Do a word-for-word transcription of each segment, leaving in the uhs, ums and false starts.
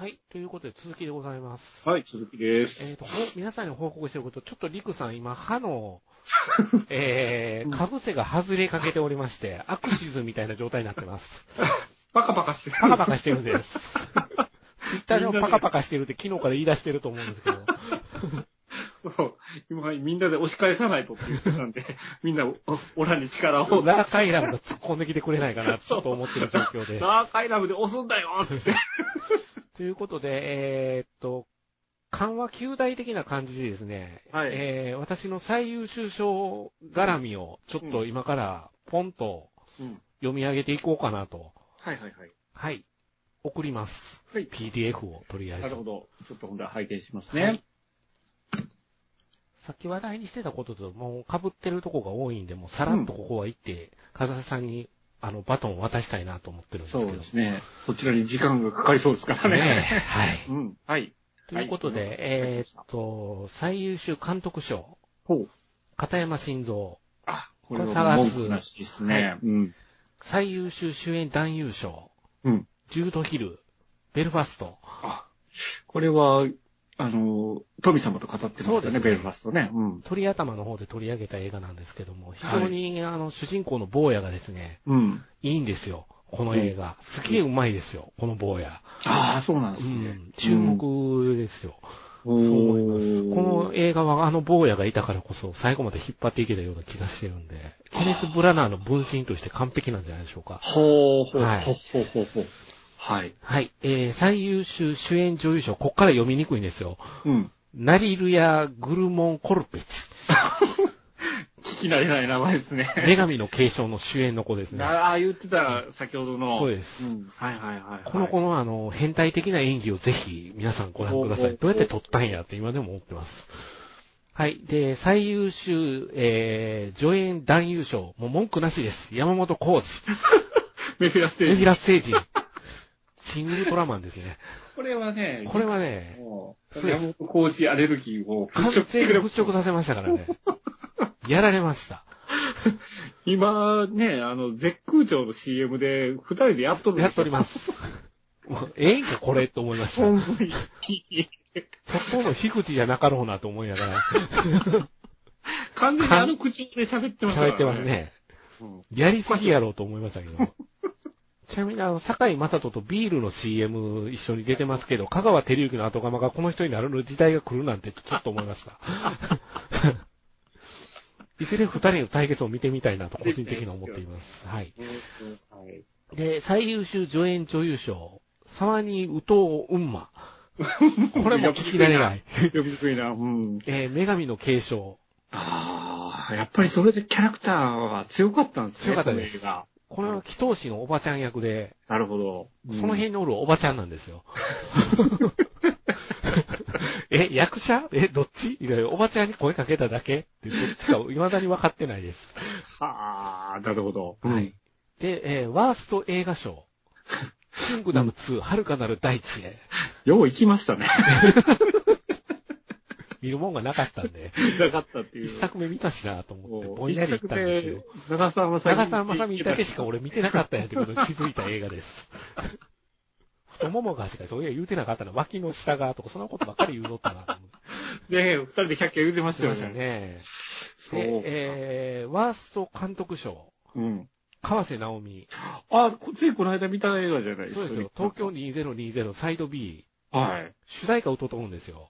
はい。ということで、続きでございます。 はい、続きです。 えっ、ー、と、皆さんに報告しておくと、ちょっとリクさん、今、歯の、えー、かぶせが外れかけておりまして、アクシズみたいな状態になってます。 パカパカしてる。 パカパカしてるんです。ツイッターでもパカパカしてるって昨日から言い出してると思うんですけど。 そう。今、みんなで押し返さないとって言ってたんで、みんな、オラに力を。 ラーカイラムが突っ込んできてくれないかな、ちょっと思ってる状況で。 ラーカイラムで押すんだよって。 ということで、えー、っと、緩和球大的な感じでですね、はい、えー、私の最優秀賞絡みをちょっと今からポンと読み上げていこうかなと。 うん、はいはいはい。 はい。送ります。 はい。 ピーディーエフ をとりあえず。 なるほど。ちょっとほんで拝見しますね。はい。 さっき話題にしてたことともう被ってるとこが多いんで、もうさらっとここは行って、風さんにあのバトンを渡したいなと思ってるんですけど。 そうですね。そちらに時間がかかりそうですからね。ねはい。 うん。はい。 ということで、はい、えー、っと、最優秀監督賞。 ほう。 片山晋三。 あ、これは文句なしですね。はい、うん。 最優秀主演男優賞。 うん。 ジュードヒル。ベルファスト。 あ、これは、あの、富様と語ってますよね、そうですね、ベルファストね。うん。 鳥頭の方で取り上げた映画なんですけども、非常に、はい、あの、主人公の坊やがですね、 うん。 いいんですよ。この映画。すげえうまいですよ、この坊や。 ああ、そうなんですね。 うん。注目ですよ。うん、そう思います。この映画はあの坊やがいたからこそ最後まで引っ張っていけたような気がしてるんで、ケネス・ブラナーの分身として完璧なんじゃないでしょうか。 ほうほう、はい、ほうほうほうほう。はい。 はい。えー、最優秀主演女優賞、こっから読みにくいんですよ。 うん。 ナリルヤ・グルモン・コルペチ。 聞き慣れない名前ですね。 女神の継承の主演の子ですね。 ああ、言ってた、先ほどの。 そうです。 うん。はいはいはい、はい。 この子のあの、変態的な演技をぜひ皆さんご覧ください。どうやって撮ったんやって今でも思ってます。はい。で、最優秀、えー、助演男優賞。もう文句なしです。山本浩二。 メフィラステージ。 メフィラステージ。シン・ウルトラマンですね。 これはね、 これはね、 山本浩二アレルギーを払拭してくれ。払拭させましたからね。やられました。 今ね、あの、絶空調の シーエム で二人でやっとるんですよ。 やっとります。もうええんかこれって思いました。 本当に。 ちょっとの樋口じゃなかろうなと思いながら。 完全にあの口調で喋ってましたね。喋ってますね。うん、やりすぎやろうと思いましたけど。ちなみにあの、堺雅人とビールの シーエム 一緒に出てますけど、香川照之の後釜がこの人になる時代が来るなんてちょっと思いました。いずれ二人の対決を見てみたいなと個人的に思っています。はい。で、最優秀助演女優賞、沢に宇藤雲馬。これも聞き慣れない。 呼びにくいな。うん。 えー、女神の継承。 ああ、やっぱりそれでキャラクターは強かったんですね。 強かったです。これは祈祷師のおばちゃん役で。 なるほど。 うん、その辺におるおばちゃんなんですよ。え、役者え、どっちいやおばちゃんに声かけただけってどっちか未だに分かってないです。 はあ、なるほど。 はい。で、えー、ワースト映画賞。キングダムツー、遥かなる大地へ。 よう行きましたね。 見るもんがなかったんで。 なかったっていう。 一作目見たしなと思って、ぼんやり行ったんですけど。 長澤まさみ。 長澤まさみだけしか俺見てなかったんやってことに気づいた映画です。太ももがしかそういや言うてなかったの、脇の下がとかそんなことばっかり言うのったなと思って。 で、二人でキャッキャ言うてましたよね。 言ってましたね。で、えー、ワースト監督賞。 うん。 川瀬直美。 あ、ついこの間見た映画じゃないですか。 そうですよ。東京にせんにじゅうサイド B。 はい。 主題歌歌うと思うんですよ。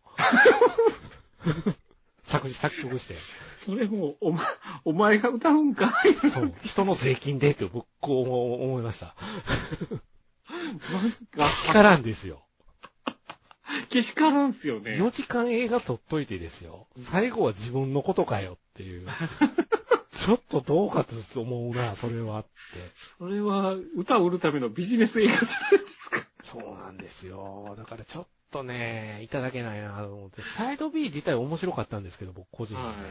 作詞作曲して。 それも、お前、お前が歌うんかいそう。人の税金でって僕、こう思いました。 マジか。 けしからんですよ。 けしからんすよね。 よじかん映画撮っといてですよ。最後は自分のことかよっていう。ちょっとどうかと思うな、それはって。 それは、歌を売るためのビジネス映画じゃないですか。 そうなんですよ。だからちょっとね、いただけないなと思って。サイド B 自体面白かったんですけど、僕個人で、ね。はい。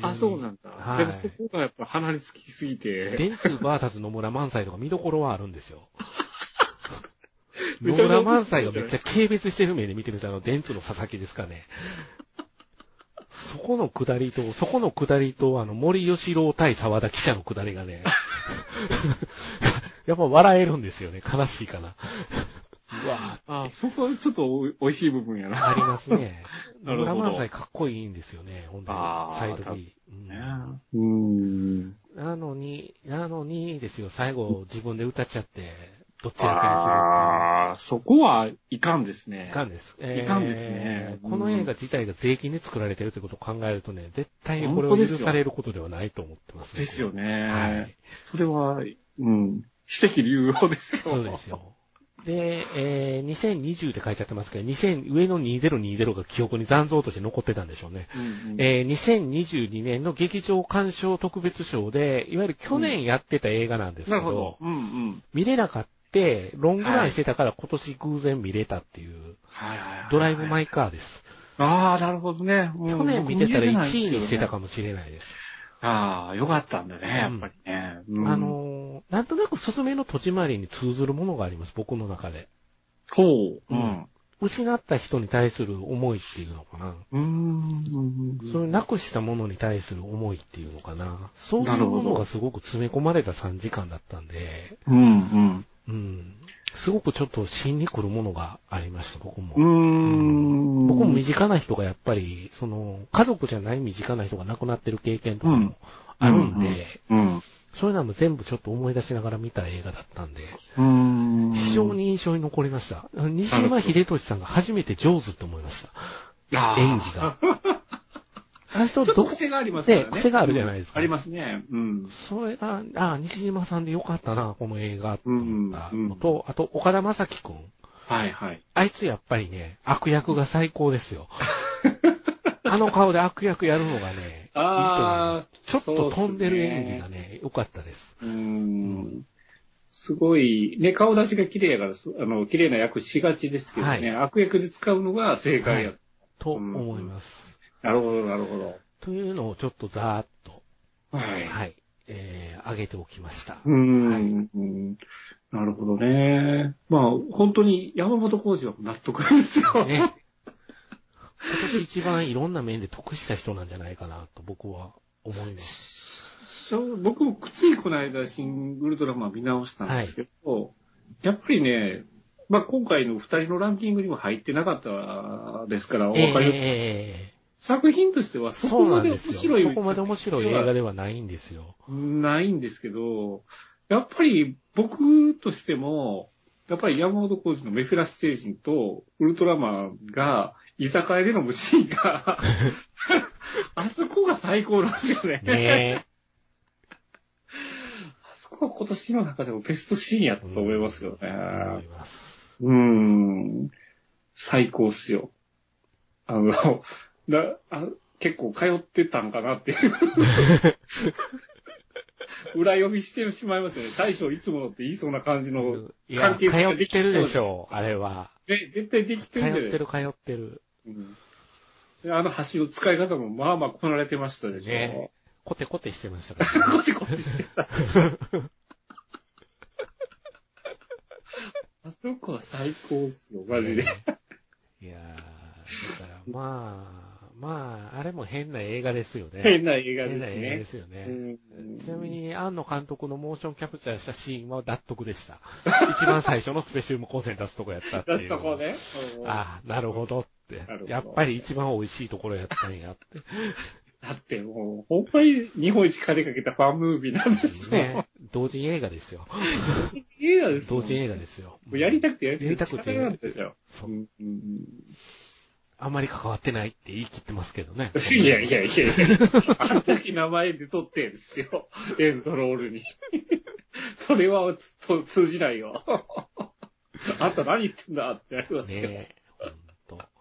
あ、そうなんだ。はい。でもそこがやっぱ離れつきすぎて。 電通 ブイエス 野村萬斎とか見どころはあるんですよ。野村萬斎がめっちゃ軽蔑してる目で見てるんですよ。あの、電通の佐々木ですかね。そこの下りと、そこの下りと、あの、森喜朗対沢田記者の下りがね、やっぱ笑えるんですよね。悲しいかな。 うわあ、そこはちょっとお美味しい部分やな。 ありますね。 なるほど野村萬斎かっこいいんですよね、ほんで、サイド B。 うん。 なのに、なのにですよ、最後自分で歌っちゃって、どっちらけにするっていう。 ああ、そこはいかんですね。 いかんです。 いかんですね。 この映画自体が税金で作られてるということを考えるとね、絶対これを許されることではないと思ってます。 ですよね。 はい。 それは、うん、指摘流用ですよ。 そうですよ。で、えー、にせんにじゅうって書いちゃってますけど、にせん上のにせんにじゅうが記憶に残像として残ってたんでしょうね。うんうん、えー、にせんにじゅうにねんの劇場鑑賞特別賞で、いわゆる去年やってた映画なんですけど、うん、なるほど、うんうん、見れなかった。で、ロングランしてたから今年偶然見れたっていう、はいはいはいはい、ドライブ・マイ・カーです。 ああ、なるほどね。 去年見てたらいちいにしてたかもしれないです。 ああ、よかったんだね、やっぱりね。 うん、あのー、なんとなくすずめの戸締まりに通ずるものがあります、僕の中で。 ほう。うん。 失った人に対する思いっていうのかな。うーん。そういうなくしたものに対する思いっていうのかな。そういうものがすごく詰め込まれたさんじかんだったんで。うんうん。うん。すごくちょっと芯に来るものがありました、僕も。うーん、うん、僕も身近な人がやっぱり、その、家族じゃない身近な人が亡くなってる経験とかもあるんで、うんうんうん、そういうのも全部ちょっと思い出しながら見た映画だったんで、うーん、非常に印象に残りました。西島秀俊さんが初めて上手って思いました。演技が。 あの人、ちょっと癖がありますね。 癖があるじゃないですか。 ありますね。うん。 それが、あ、西島さんでよかったな、この映画、と思ったのと、うんうん、あと、岡田将生くん。 はいはい。 あいつやっぱりね、悪役が最高ですよ。あの顔で悪役やるのがね、あいいと思います。ちょっと飛んでる演技がね、良かったです。 うーん、うん、すごい、ね、顔立ちが綺麗やから、あの、綺麗な役しがちですけどね、はい、悪役で使うのが正解や、はい、 と思います。 なるほど、なるほど。 というのをちょっとざーっと、はい。はい。えー、上げておきました。 うーん、はい、なるほどね。まあ、本当に山本浩二は納得ですよ。ね。 今年一番いろんな面で得した人なんじゃないかなと僕は思います。 僕もついこの間、シン・ウルトラマン見直したんですけど、はい、やっぱりね、まあ今回の二人のランキングにも入ってなかったですから、お分かり、えー作品としてはそこまで面白い。 そこまで面白い映画ではないんですよ。 ないんですけど、やっぱり僕としても、やっぱり山本浩二のメフィラス星人とウルトラマンが居酒屋で飲むシーンが、あそこが最高なんですよね。ねあそこは今年の中でもベストシーンやったと思いますよね。思います。うーん。最高っすよ。あの、だあ結構通ってたんかなっていう。裏読みしてしまいますよね。大将いつものって言いそうな感じの関係性ができてるでしょう、あれは。 ね、絶対できてるじゃないですか。通ってる、通ってる。うん、 であの橋の使い方もまあまあこなれてましたでしょ。ね、 コテコテしてましたから、ね。 コテコテしてた。あそこは最高っすよ、マジで。ね、 いやー、だからまあ、まあ、あれも変な映画ですよね。 変な映画ですね。 変な映画ですよね。ちなみに、庵野監督のモーションキャプチャーしたシーンは納得でした。一番最初のスペシウム光線出すとこやったっていう。 出すとこね。 ああ、なるほどって。やっぱり一番美味しいところやったんやって。 だってもう、ほんまに日本一金かけたファンムービーなんですよ。ね。 同人映画ですよ。 同人映画ですよ。 同人映画ですよ。 やりたくてやりたくて。 やりたくて。 やりたくて。 そう。うんうんあんまり関わってないって言い切ってますけどね。 いやいやいやいや。あんだけ名前で撮ってんですよ。エンドロールに。それはずっと通じないよ。あんた何言ってんだってなりますよ。ねえ。ほんと。はい。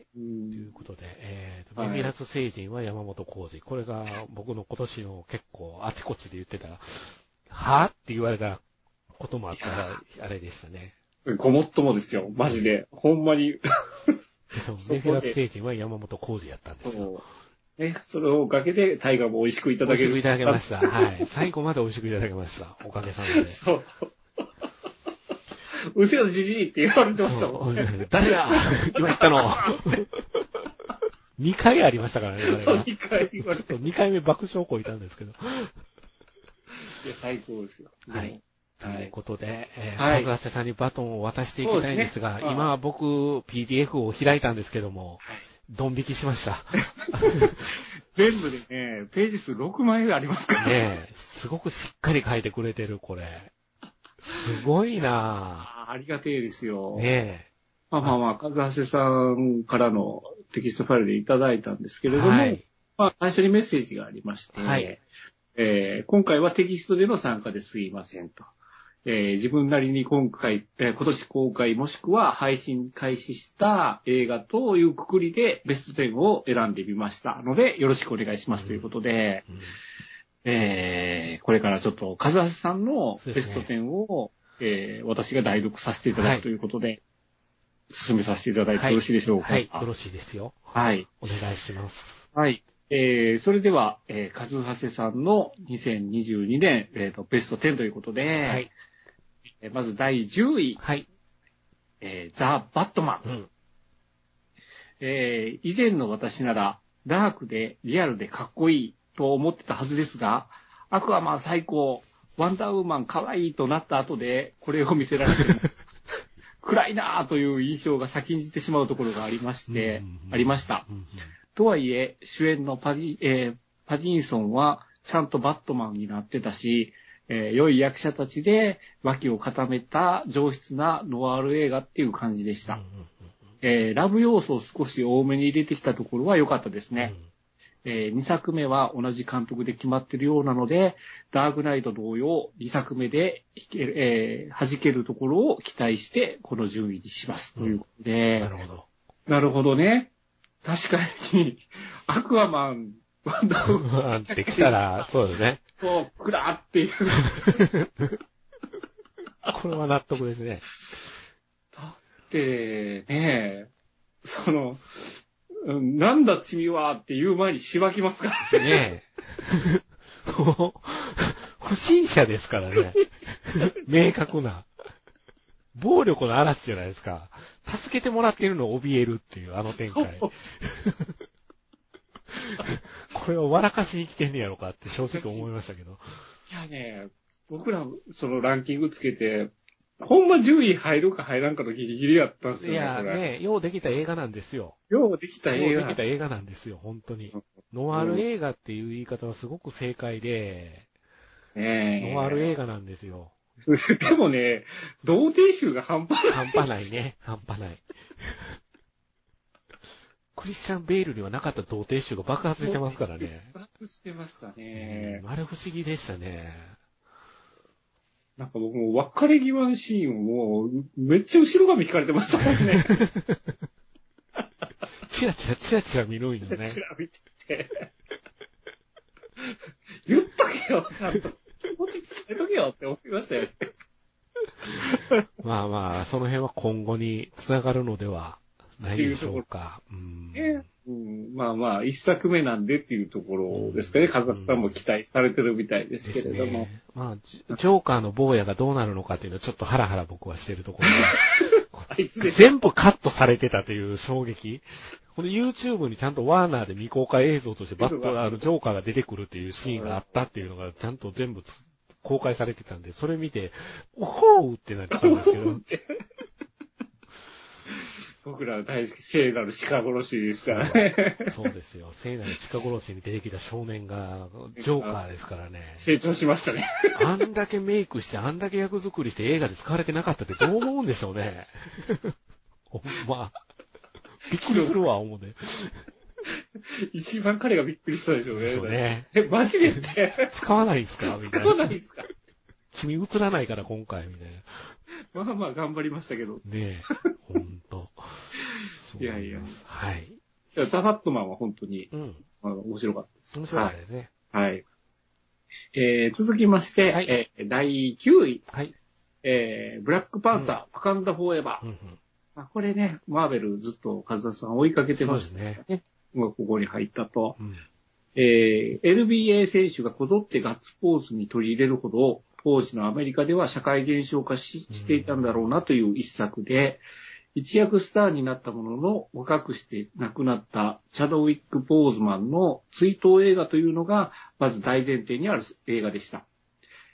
ということで、えーと、メミラス星人は山本浩二。これが僕の今年の結構あちこちで言ってた、はぁって言われたこともあったら、あれでしたね。 ごもっともですよ。マジで。ほんまに。 メフィラス星人は山本浩二やったんですよ。 ね、それをおかげでタイガーも美味しくいただける。 美味しくいただけました。はい。最後まで美味しくいただけました。おかげさまで。そう。 うせよじじいって言われてましたもんね。 誰だ今言ったの。にかいありましたからね、 あれが。にかい言われて。 にかいめ爆笑こいたんですけど。いや、 最高ですよ。 はい。 ということで、えーはい。 カズハセさんにバトンを渡していきたいんですが、 そうですね今は僕 ピーディーエフ を開いたんですけども、 はい。 ドン引きしました。 全部でね、ページ数ろくまいぐらいありますから。 ねえ、すごくしっかり書いてくれてる、これ。すごいなぁ。 あありがてえですよ。 ねえ。 まあまあまあ、カズハセさんからのテキストファイルでいただいたんですけれども、 はい。 まあ、最初にメッセージがありまして、 はいえー今回はテキストでの参加ですいませんと。えー自分なりに今回、えー今年公開もしくは配信開始した映画というくくりでベストじゅうを選んでみましたので、よろしくお願いしますということで、 うんえーこれからちょっと、カズハセさんのベストそうですね。 じゅうを、えー私が代読させていただはいくということで、進めさせていただいてはい。 よろしいでしょうか。 はい。よろしいですよ。 はい。 お願いします。 はい。えー、それでは、えー、カズハセさんのにせんにじゅうにねん、えーと、ベストじゅうということで、 はい。 えーまずだいじゅうい、 はい。 えー、ザ・バットマン。 うん。 えー、以前の私なら、ダークでリアルでかっこいいと思ってたはずですが、アクアマン最高、ワンダーウーマン可愛いとなった後で、これを見せられても、暗いなぁという印象が先んじてしまうところがありまして、 うんありました。 うんうんとはいえ、主演のパディ、えーパディンソンはちゃんとバットマンになってたし、えー良い役者たちで脇を固めた上質なノワール映画っていう感じでした。 うんうんえーラブ要素を少し多めに入れてきたところは良かったですうんね。えーにさくめは同じ監督で決まってるようなので、ダークナイト同様にさくめで弾ける、えー弾けるところを期待してこの順位にします。ということで、 なるほど。 なるほどね。確かに、アクアマン、ワンダーウーマンってきたら、そうよね。 そう、クラーっていう。 これは納得ですね。 だって、ね、その、うんなんだ君はって言う前にしばきますからね。 ねえ。もう、不審者ですからね。明確な。暴力の嵐じゃないですか。助けてもらっているのを怯えるっていうあの展開。これを笑かしに来てんねやろかって正直思いましたけど。 いやね、僕ら、そのランキングつけて、ほんまじゅうい入るか入らんかのギリギリやったんですよね、 いや、 これ。 ね、ようできた映画なんですよ。 ようできたよう映画。 できた映画なんですよ、本当に。ノワール映画っていう言い方はすごく正解で、 ねえ。 ノワール映画なんですよ。 でもね、童貞臭が半端ない。 半端ないね。半端ない。クリスチャン・ベールにはなかった童貞臭が爆発してますからね。 爆発してましたね。 うん、あれ不思議でしたね。 なんか僕も別れ際のシーンをもう、めっちゃ後ろ髪引かれてましたもんね。 チラチラチラチラ見るんよね。 チラ見てて。言っとけよ、ちゃんと。落ち着けとけよって思いましたよね。 まあまあ、その辺は今後に繋がるのではないでしょうか。うんねうん、まあまあ、一作目なんでっていうところですかね。カザフさんも期待されてるみたいですけれども。 ね、まあ、ジョーカーの坊やがどうなるのかっていうのはちょっとハラハラ僕はしてるところで。全部カットされてたという衝撃。この YouTube にちゃんとワーナーで未公開映像としてバット、あの、ジョーカーが出てくるっていうシーンがあったっていうのがちゃんと全部公開されてたんで、それ見て、おほーってなってたんですけど。 僕ら大好き、聖なる鹿殺しですからね。 そうですよ。聖なる鹿殺しに出てきた少年が、ジョーカーですからね。 成長しましたね。 あんだけメイクして、あんだけ役作りして映画で使われてなかったってどう思うんでしょうね。ほんま。びっくりするわ、思うね。 一番彼がびっくりしたでしょうね。 そうね。 え、マジでって使わないんすかみたいな。 使わないんすか君映らないから今回、みたいな。 まあまあ頑張りましたけど。 ねえ。ほんと。 いやいや。 はい。 いやザ・バットマンは本当に、 うん。 あの面白かったです。 面白かったですね。 はい。はい、えー、続きまして、はい、えー、だいきゅうい。 はい。 えー、ブラックパンサー、ワ、うん、カンダ・フォーエバー。うんうん、まあ、これね、マーベルずっとカズダさん追いかけてましたね。そうですね。ここに入ったと。うん、えー、エルビーエー 選手がこぞってガッツポーズに取り入れるほど、当時のアメリカでは社会現象化 し, していたんだろうなという一作で、一躍スターになったものの、若くして亡くなったチャドウィック・ボーズマンの追悼映画というのが、まず大前提にある映画でした。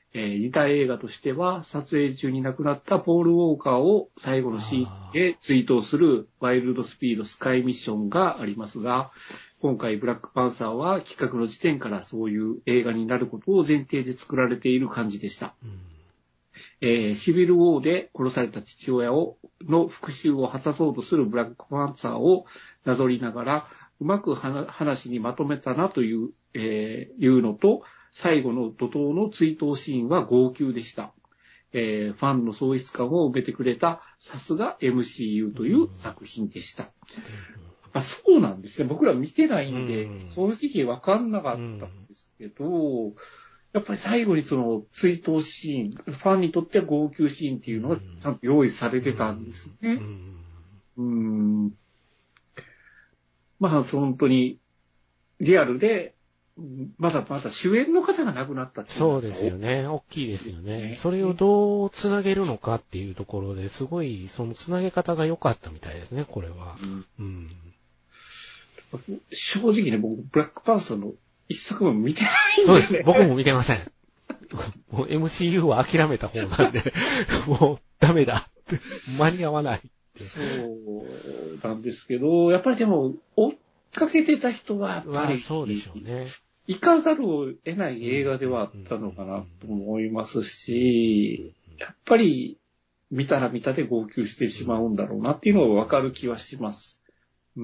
えー、似た映画としては、撮影中に亡くなったポール・ウォーカーを最後のシーンで追悼するワイルド・スピード・スカイ・ミッションがありますが、今回ブラックパンサーは企画の時点からそういう映画になることを前提で作られている感じでした。うん、えー、シビル・ウォーで殺された父親をの復讐を果たそうとするブラックパンサーをなぞりながら、うまく話にまとめたなという、えー、いうのと、最後の怒涛の追悼シーンは号泣でした。えー、ファンの喪失感を埋めてくれた、さすが エムシーユー という作品でした。うんあそうなんですね。僕ら見てないんで、うん、正直わかんなかったんですけど、うん、やっぱり最後にその追悼シーン、ファンにとっては号泣シーンっていうのがちゃんと用意されてたんですね。うん。うんまあ、本当にリアルで、まだまだ主演の方が亡くなったっていうそうですよね。大きいですよね。それをどうつなげるのかっていうところですごい、そのつなげ方が良かったみたいですね、これは。うんうん正直ね、僕、ブラックパンサーの一作目も見てないんで、ね。 そうです。僕も見てません。もう エムシーユー は諦めた方なんで、もうダメだって。間に合わないって。 そうなんですけど、やっぱりでも、追っかけてた人はやっぱり、 そうでしょうね。 行かざるを得ない映画ではあったのかなと思いますし、やっぱり見たら見たで号泣してしまうんだろうなっていうのはわかる気はします。うん。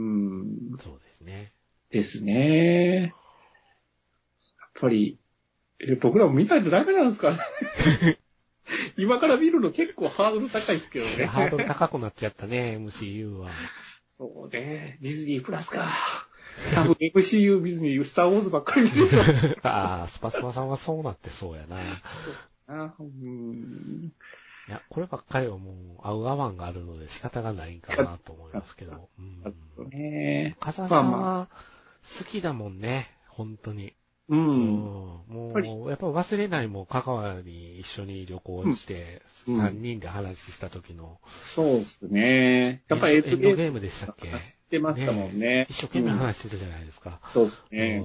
そうですね。 ですね。やっぱり、え僕らも見ないとダメなんですかね。今から見るの結構ハードル高いですけどね。 ハードル高くなっちゃったね、エムシーユー は。 そうね。ディズニープラスか。多分 エムシーユー ディズニー、スターウォーズばっかり見てる。 ああ、スパスパさんはそうなってそうやな。 あうんいや、こればっかりはもう合う合わんがあるので仕方がないんかなと思いますけど。うん、ね風さんは好きだもんね、本当に。うん。うん、もう、やっぱ忘れないもん、香川に一緒に旅行して、さんにんで話した時の、 うん。そうですね。やっぱりエンドゲームでしたっけ？ 知ってましたもんね。ね一生懸命話してたじゃないですか。 うん、そうですね。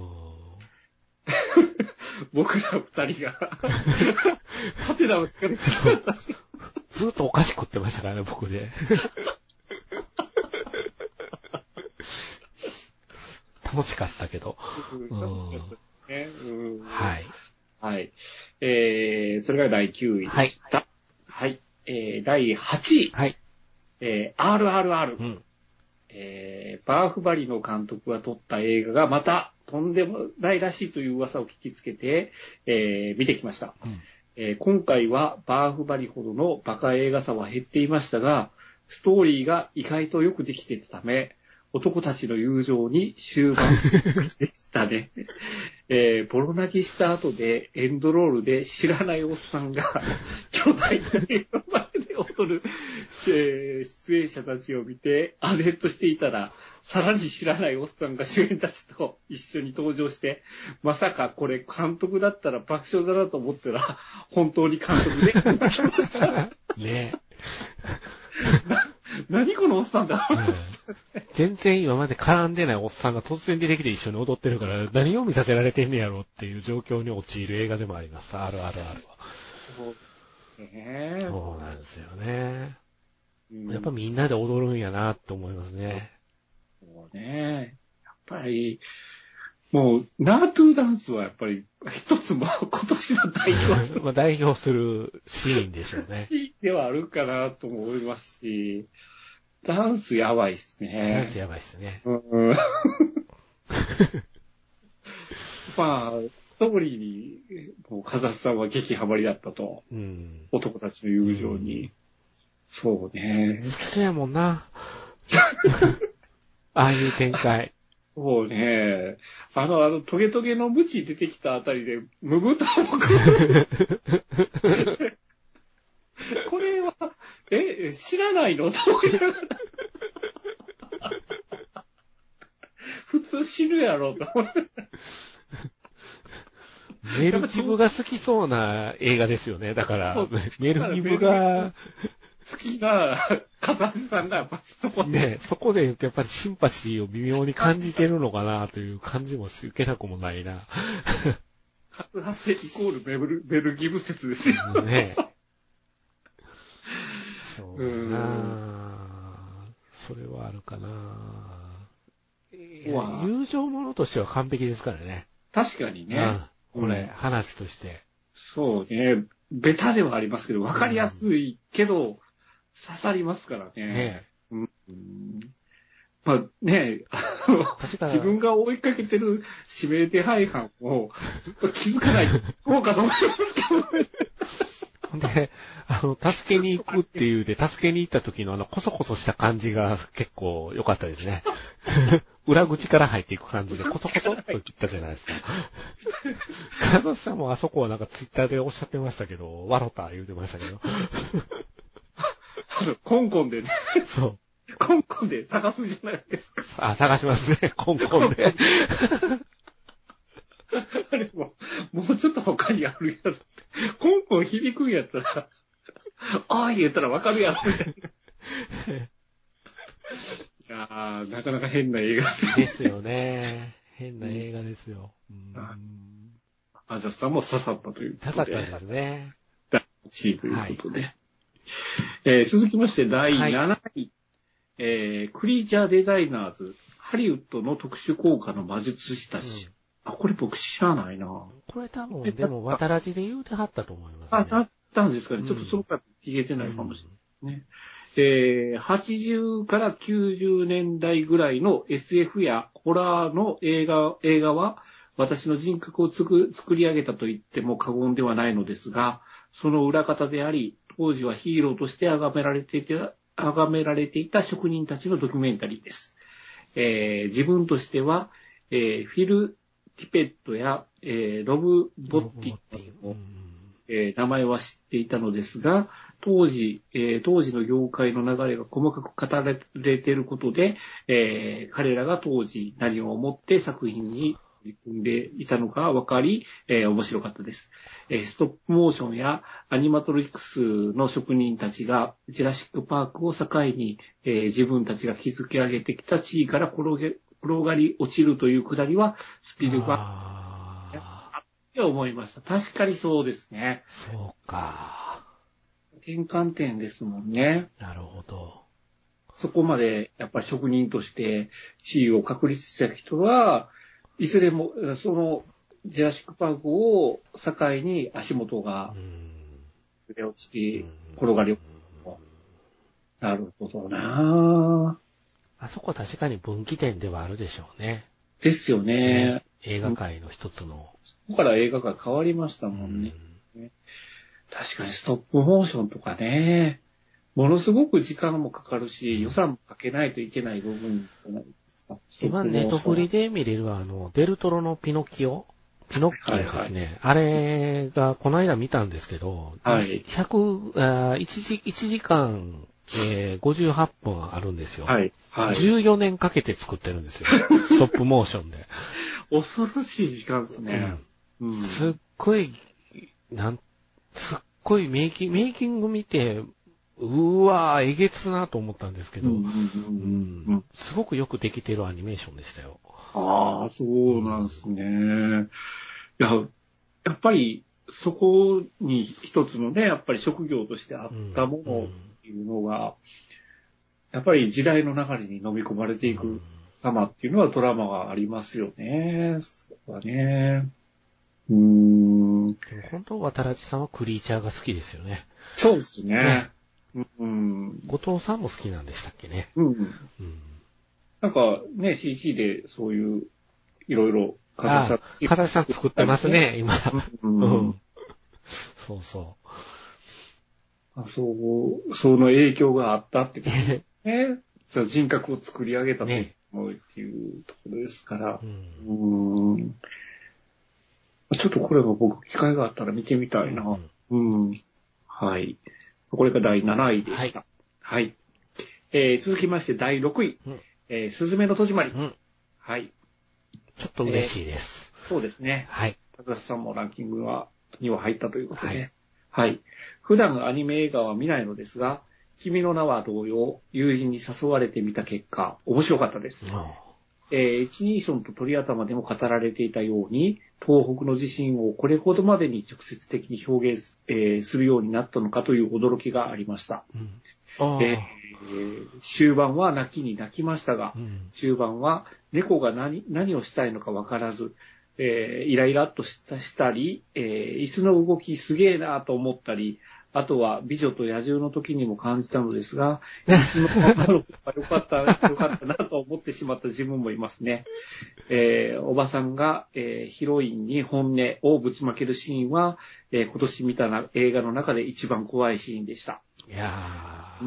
僕ら二人が、ハテナを力に使ったずっとお菓子食ってましたからね、僕で。楽しかったけど。楽しかったね。うん、はい。 はい。えー、それがだいきゅういでした。はい。はい、えー、だいはちい。 はい。 えー、アールアールアール。 うん、 えー、バーフバリの監督が撮った映画がまたとんでもないらしいという噂を聞きつけて、えー、見てきました。 うんえー、今回はバーフバリほどのバカ映画さは減っていましたが、ストーリーが意外とよくできていたため、男たちの友情に終盤でしたね。えー、ボロ泣きした後でエンドロールで知らないおっさんが巨大な絵の前で踊る、えー、出演者たちを見て唖然としていたら、さらに知らないおっさんが主演たちと一緒に登場して、まさかこれ監督だったら爆笑だなと思ったら、本当に監督で泣きました。 ね何このおっさんだ、 うん、全然今まで絡んでないおっさんが突然出てきて一緒に踊ってるから、何を見させられてんねやろっていう状況に陥る映画でもあります。アールアールアール は。 そうね。 そうなんですよね。うん、やっぱみんなで踊るんやなって思いますね。 そうね。やっぱり、もう、ナートゥーダンスはやっぱり、一つも今年の代表する。 まあ代表するシーンでしょうね。 シーンではあるかなと思いますし、ダンスやばいっすね。 ダンスやばいっすね。 うん、まあ、ストーリーに、もう、かざしさんは激ハマりだったと。 うん、 男たちの友情に。うん、そうね。 好きそうやもんな。ああいう展開。 そうね。あの、あの、トゲトゲのムチ出てきたあたりで、ムブと僕これは、え、知らないのと思いながら。普通死ぬやろと思いながら。 メルギブが好きそうな映画ですよね。だから、メルギブが、 好きな、かざしさんがやっぱそこで。 ね、そこでやっぱりシンパシーを微妙に感じてるのかなという感じも受けなくもないな。 初発生イコールベルベルギブ説ですよ。 ねそうだなそれはあるかな、友情ものとしては完璧ですからね。 確かにね。 うん、これ、うん、話として。 そうね。ベタではありますけど、わかりやすいけど、うん、刺さりますからね。 ねうん、まあね、自分が追いかけてる指名手配犯をずっと気づかない方かと思いますけどね。 で、あの、助けに行くっていうで、助けに行った時のあの、コソコソした感じが結構良かったですね。裏口から入っていく感じで、コソコソっと言ったじゃないですか。カノさんもあそこはなんかツイッターでおっしゃってましたけど、ワロタ言うてましたけど。 コンコンでね。 そう。 コンコンで探すじゃないですか。 あ、探しますね、コンコンで。 あれも、もうちょっと他にあるやつって。コンコン響くんやったら、ああ言ったらわかるやろ、みたいな。いやー、なかなか変な映画ですよね。ですよね。変な映画ですよ。うん。 あじゃさんも刺さったということで。 刺さったですね。 だいいちいということで。はい、えー、続きましてだいなない。はい、えー、クリーチャーデザイナーズ、ハリウッドの特殊効果の魔術師たち。うん、あ、これ僕知らないな。 これ多分、でも、渡らじで言うてはったと思いますね。 あ、あったんですかね。ちょっとそのから聞けてないかもしれないね。うん、えー、はちじゅうからきゅうじゅうねんだいぐらいの エスエフ やホラーの映画、映画は、私の人格をつく作り上げたと言っても過言ではないのですが、その裏方であり、当時はヒーローとして崇められていた、崇められていた職人たちのドキュメンタリーです。えー、自分としては、えー、フィル・ティペットや、えー、ロブ・ボッティの、えー、名前は知っていたのですが、当時、えー、当時の業界の流れが細かく語られていることで、えー、彼らが当時何を思って作品に取り組んでいたのか分かり、えー、面白かったです。えー、ストップモーションやアニマトリクスの職人たちがジュラシックパークを境に、えー、自分たちが築き上げてきた地位から転げ転がり落ちるというくだりはスピルバーグって思いました。確かにそうですね。 そうか。 転換点ですもんね。 なるほど。 そこまでやっぱり職人として地位を確立した人はいずれもそのジュラシックパークを境に足元が揺れ落ちて転がり落ちる。なるほどなぁ。 あそこは確かに分岐点ではあるでしょうね。 ですよね。ね映画界の一つの。 そこから映画が変わりましたもんね。うん、確かにストップモーションとかね、ものすごく時間もかかるし、うん、予算もかけないといけない部分じゃないですか。 今ネットフリで見れるあの、デルトロのピノキオピノッキオですね。はいはい、あれがこの間見たんですけど、はい、ひゃく、あいちじ、いちじかん、えー、ごじゅうはっぷんあるんですよ。はい。はい。じゅうよねんかけて作ってるんですよ。ストップモーションで。 恐ろしい時間ですね。 うん。すっごい、なん、すっごいメイキング、メイキング見て、うわー、えげつなと思ったんですけど、うんうんうんうん、すごくよくできてるアニメーションでしたよ。 ああ、そうなんですね。うん、いや、やっぱり、そこに一つのね、やっぱり職業としてあったものっていうのが、うんうん、やっぱり時代の流れに飲み込まれていく様っていうのはドラマがありますよね。そこはね。うーん。でも本当、渡良さんはクリーチャーが好きですよね。 そうですね。ねうん、後藤さんも好きなんでしたっけね。 うん。うん、なんかね、シージー でそういういろいろ形さん。形さん作ってますね、今。うんうん、そうそう。 あそう、その影響があったってことですね。その人格を作り上げたと思うっていうところですから。ね、うん、うーんちょっとこれは僕、機会があったら見てみたいな。うん、うん。はい。これがだいなないでした。はい。はい、えー、続きましてだいろくい。うん、えー、すずめの戸締まり。うん、はい。 ちょっと嬉しいです。 えー、そうですね。 はい。 高橋さんもランキングは、には入ったということで。はい。はい。普段アニメ映画は見ないのですが、君の名は同様、友人に誘われてみた結果、面白かったです。 えー、一人称と鳥頭でも語られていたように、東北の地震をこれほどまでに直接的に表現、えー、するようになったのかという驚きがありました。うん、えー、終盤は泣きに泣きましたが、うん、中盤は猫が何、何をしたいのかわからず、えー、イライラっとしたしたり、えー、椅子の動きすげえなと思ったり、あとは美女と野獣の時にも感じたのですが、椅子のままの方がよかった、よかったなと思ってしまった自分もいますね。えー、おばさんが、えー、ヒロインに本音をぶちまけるシーンは、えー、今年見たな映画の中で一番怖いシーンでした。 いやー、うん、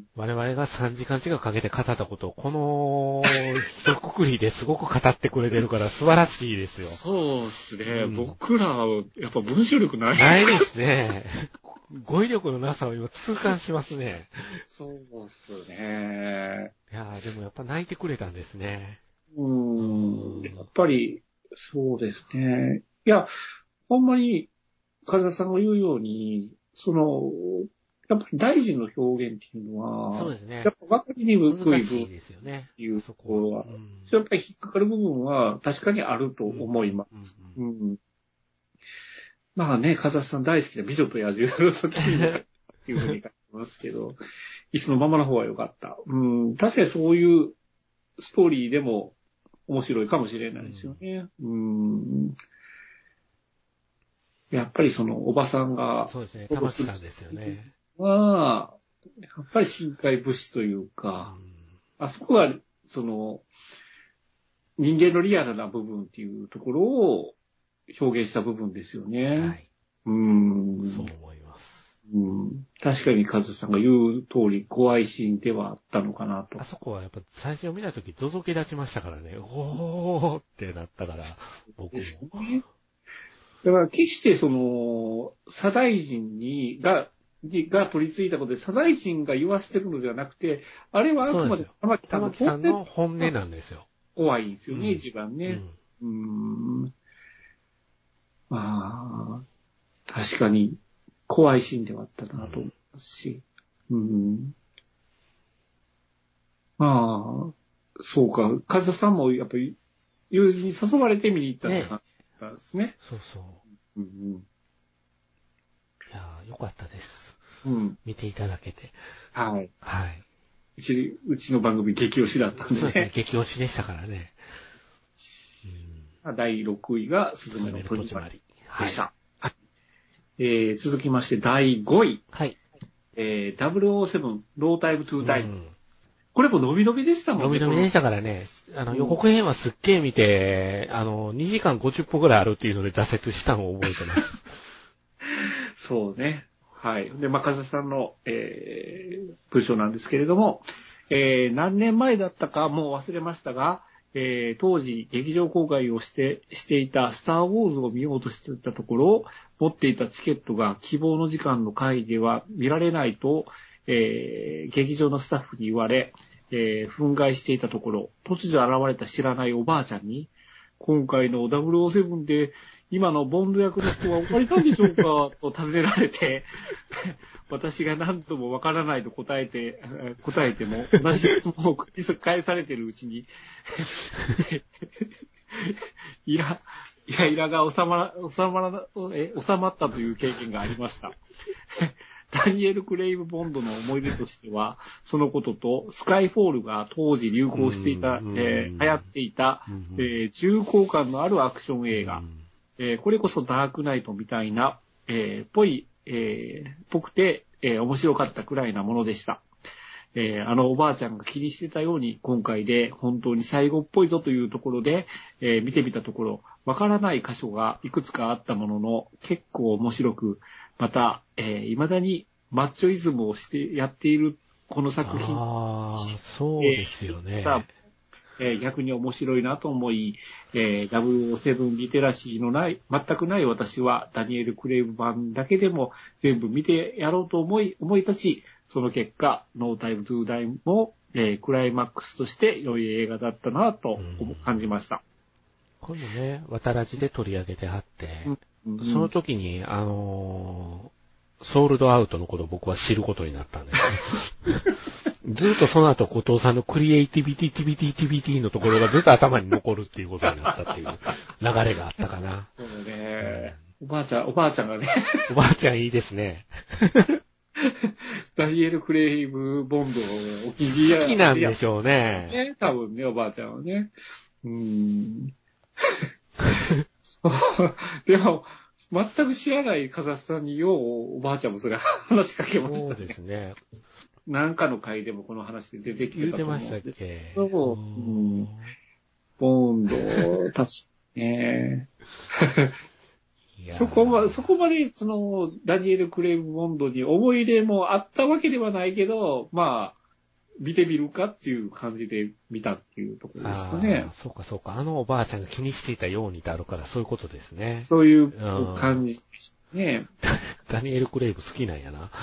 我々がさんじかん近くかけて語ったことを、この一括りですごく語ってくれてるから素晴らしいですよ。 そうですね。うん、僕ら、やっぱ文章力ない。 ないですね。語彙力のなさを今痛感しますね。 そうっすね。 いやー、でもやっぱ泣いてくれたんですね。 うーん。やっぱり、そうですね。いや、ほんまに、風田さんが言うように、その、やっぱり大臣の表現っていうのは、 そうですね。 やっぱ分かりにくい部分っていうところは、やっぱり引っかかる部分は確かにあると思います。うんうんうん、まあね、風田さん大好きな美女と野獣の時にっていうふうに書いてますけど、椅子のままの方が良かった。うん、確かにそういうストーリーでも面白いかもしれないですよね。うん、うんやっぱりそのおばさんが、 そうですね、玉木さんですよね。 は、やっぱり深海武士というか、うん、あそこが、その、人間のリアルな部分っていうところを表現した部分ですよね。はい。うーん。 そう思います。 うん。確かにカズさんが言う通り怖いシーンではあったのかなと。 あそこはやっぱ最初見たときゾゾけ立ちましたからね。おーってなったから、僕も。ね、 だから決してその、左大臣に、が、が取り付いたことで、左大臣が言わせてるのではなくて、あれはあくまで玉木さんの本音なんですよ。 怖いんですよね、うん、一番ね。うん。うーん。まあ、確かに怖いシーンではあったなと思いますし。うん。まあ、そうか。風さんもやっぱり友人に誘われて見に行ったって感じだったんですね。ねそうそう。うんうん、いやー、よかったです。うん。見ていただけて。 はい。 はい。 うち、うちの番組激推しだったんでね。 そうですね、激推しでしたからね。 うん、だいろくいがすずめの戸締まりでした。はい。えー、続きましてだいごい。はい。えー、ダブルオーセブン、ロータイムトゥータイム。うん、これも伸び伸びでしたもんね。 伸び伸びでしたからね。あの、予告編はすっげー見て、あの、にじかんごじゅっぷんくらいあるっていうので挫折したのを覚えてます。 そうね。はい。で、まあ、風さんの、えー、文章なんですけれども、えー、何年前だったかもう忘れましたが、えー、当時劇場公開をして、していたスターウォーズを見ようとしていたところ、持っていたチケットが希望の時間の会では見られないと、えー、劇場のスタッフに言われ、えー、憤慨していたところ、突如現れた知らないおばあちゃんに、今回のダブルオーセブンで今のボンド役の人はおられたんでしょうかと尋ねられて、私が何ともわからないと答えて、答えても同じ質問を繰り返されているうちに、イラ、イライラが収まら、収まら、え、収まったという経験がありました。ダニエル・クレイブ・ボンドの思い出としては、そのことと、スカイフォールが当時流行していた、えー、流行っていた、えー、重厚感のあるアクション映画、えー、これこそダークナイトみたいな、えー、ぽい、えー、ぽくて、えー、面白かったくらいなものでした。えー、あのおばあちゃんが気にしてたように、今回で本当に最後っぽいぞというところで、えー、見てみたところ、わからない箇所がいくつかあったものの、結構面白く、また、えー、未だにマッチョイズムをしてやっているこの作品。 ああ、そうですよね。 えー、逆に面白いなと思い、えー、ダブルオーセブン リテラシーのない、全くない私はダニエル・クレイブ版だけでも全部見てやろうと思い、思い立ち、その結果、ノータイム・トゥー・ダイも、えー、クライマックスとして良い映画だったなと感じました。 これもね、渡らじで取り上げてはって、うんうん、その時に、あのー、 ソールドアウトのことを僕は知ることになったんです。ずっとその後、後藤さんのクリエイティビティティビティティビティのところがずっと頭に残るっていうことになったっていう流れがあったかな。 そうね、うん。おばあちゃん、おばあちゃんがね。 おばあちゃんいいですね。 ダニエル・クレイブ・ボンドをお気に入りや好きなんでしょうね。 ね、多分ね、おばあちゃんはね。うーん。でも、全く知らないカザフさんにようおばあちゃんもそれ話しかけましたね。 そうですね。 なんかの回でもこの話で出てきてたと思うんで。 言うてましたっけ。 そう、うん、ボンド、確かね。そこま、そこまで、その、ダニエル・クレイブ・ボンドに思い入れもあったわけではないけど、まあ、見てみるかっていう感じで見たっていうところですかね。 あ、そうかそうか。あのおばあちゃんが気にしていたようにってあるから、そういうことですね。 そういう感じですね。 ダニエル・クレイブ好きなんやな。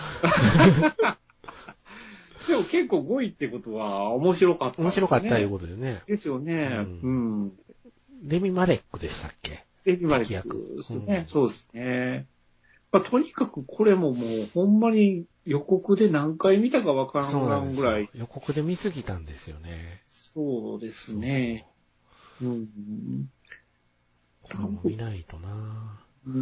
でも結構ごいってことは面白かった、ね。 面白かったいうことでね。 ですよね。うん。うん、 レミ・マレックでしたっけ？ レミ・マレックですね。うん、そうですね。まあ、とにかくこれももうほんまに予告で何回見たかわからんぐらい。 予告で見すぎたんですよね。 そうですね。そうそう、うん。 これも見ないとな。 うん。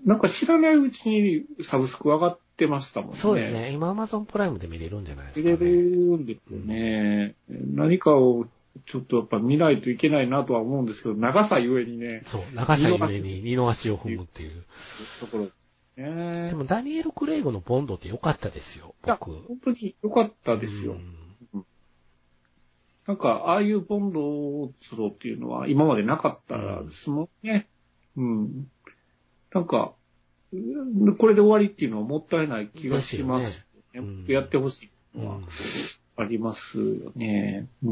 なんか知らないうちにサブスク上がってましたもんね。 そうですね。今 Amazon プライムで見れるんじゃないですかね。 見れるんですよね。うん、何かをちょっとやっぱ見ないといけないなとは思うんですけど、長さゆえにね。 そう、長さゆえに二の足を踏むっていう。 ところ。ね、 でもダニエル・クレイグのボンドって良かったですよ、僕。 いや、本当に良かったですよ。うん、なんか、ああいうボンドツロっていうのは今までなかったですもんね。うん。うん、なんか、これで終わりっていうのはもったいない気がしますね。ね、うん、やってほしいのはありますよね。うん。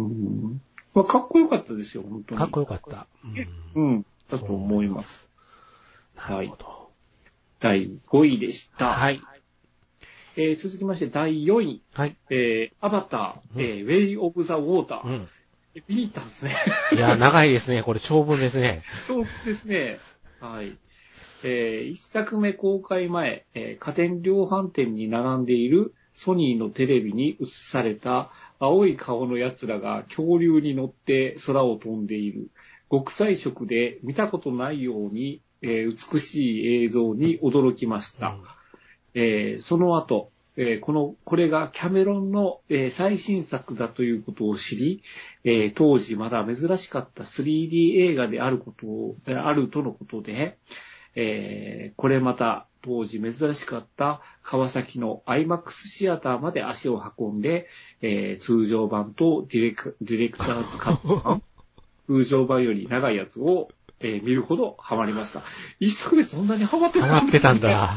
まあ、かっこよかったですよ、本当に。 かっこよかった。 うん。うん、だと思います。 なるほど。はい、 だいごいでした。 はい。 えー、続きましてだいよんい。はい。えー、アバター、うん、えー、ウェイ・オブ・ザ・ウォーター。うん。見に行ったんですね。 いや、長いですね。これ長文ですね。 長文ですね。はい。えー、一作目公開前、えー、家電量販店に並んでいるソニーのテレビに映された青い顔の奴らが恐竜に乗って空を飛んでいる。極彩色で見たことないように、えー、美しい映像に驚きました。うん、えー、その後、えー、この、これがキャメロンの、えー、最新作だということを知り、えー、当時まだ珍しかった スリーディー 映画であることを、えー、あるとのことで、えー、これまた当時珍しかった川崎の アイマックス シアターまで足を運んで、えー、通常版とディレク、ディレクターズカット版、通常版より長いやつを、えー、見るほどハマりました。一作目そんなにハマってたんだ。 ハマってたんだ。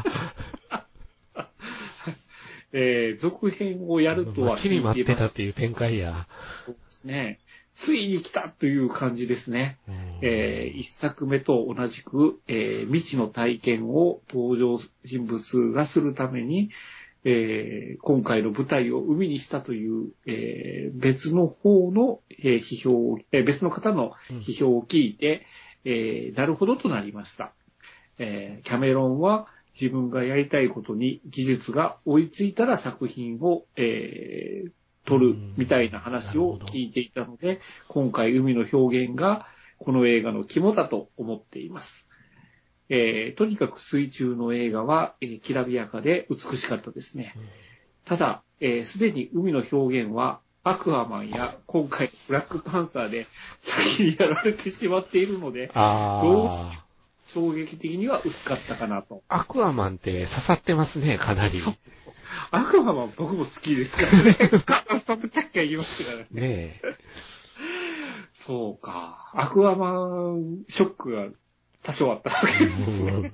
えー、続編をやるとは待ちに待ってたっていう展開や。 そうですね。ついに来たという感じですね。えー、一作目と同じく、えー、未知の体験を登場人物がするために、えー、今回の舞台を生みにしたという、えー、別の方の、えー、批評を、えー、別の方の批評を聞いて、うん、えー、なるほどとなりました。えー、キャメロンは自分がやりたいことに技術が追いついたら作品を、えー、撮るみたいな話を聞いていたので、今回海の表現がこの映画の肝だと思っています。えー、とにかく水中の映画は、えー、きらびやかで美しかったですね。ただ、す、えー、で、に海の表現はアクアマンや今回ブラックパンサーで先にやられてしまっているので、どうして衝撃的には薄かったかなと。 アクアマンって刺さってますね、かなり。 アクアマンは僕も好きですからね。スタッフキャッキャ言いますからね。 ねえ。 そうか。アクアマンショックが多少あったわけですね。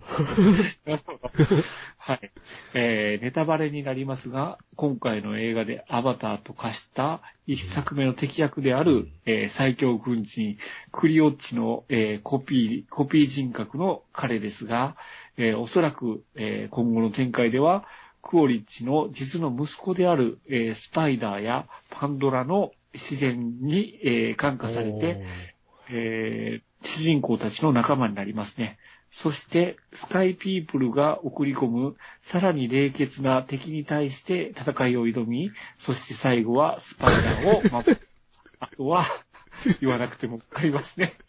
はい。えー、ネタバレになりますが、今回の映画でアバターと化した一作目の敵役である、えー、最強軍人、クリオッチの、えー、コピー、コピー人格の彼ですが、えー、おそらく、えー、今後の展開では、クオリッチの実の息子である、えー、スパイダーやパンドラの自然に、えー、感化されて、えー、主人公たちの仲間になりますね。 そしてスカイピープルが送り込むさらに冷血な敵に対して戦いを挑み、そして最後はスパイダーを守る。あとは言わなくてもわかりますね。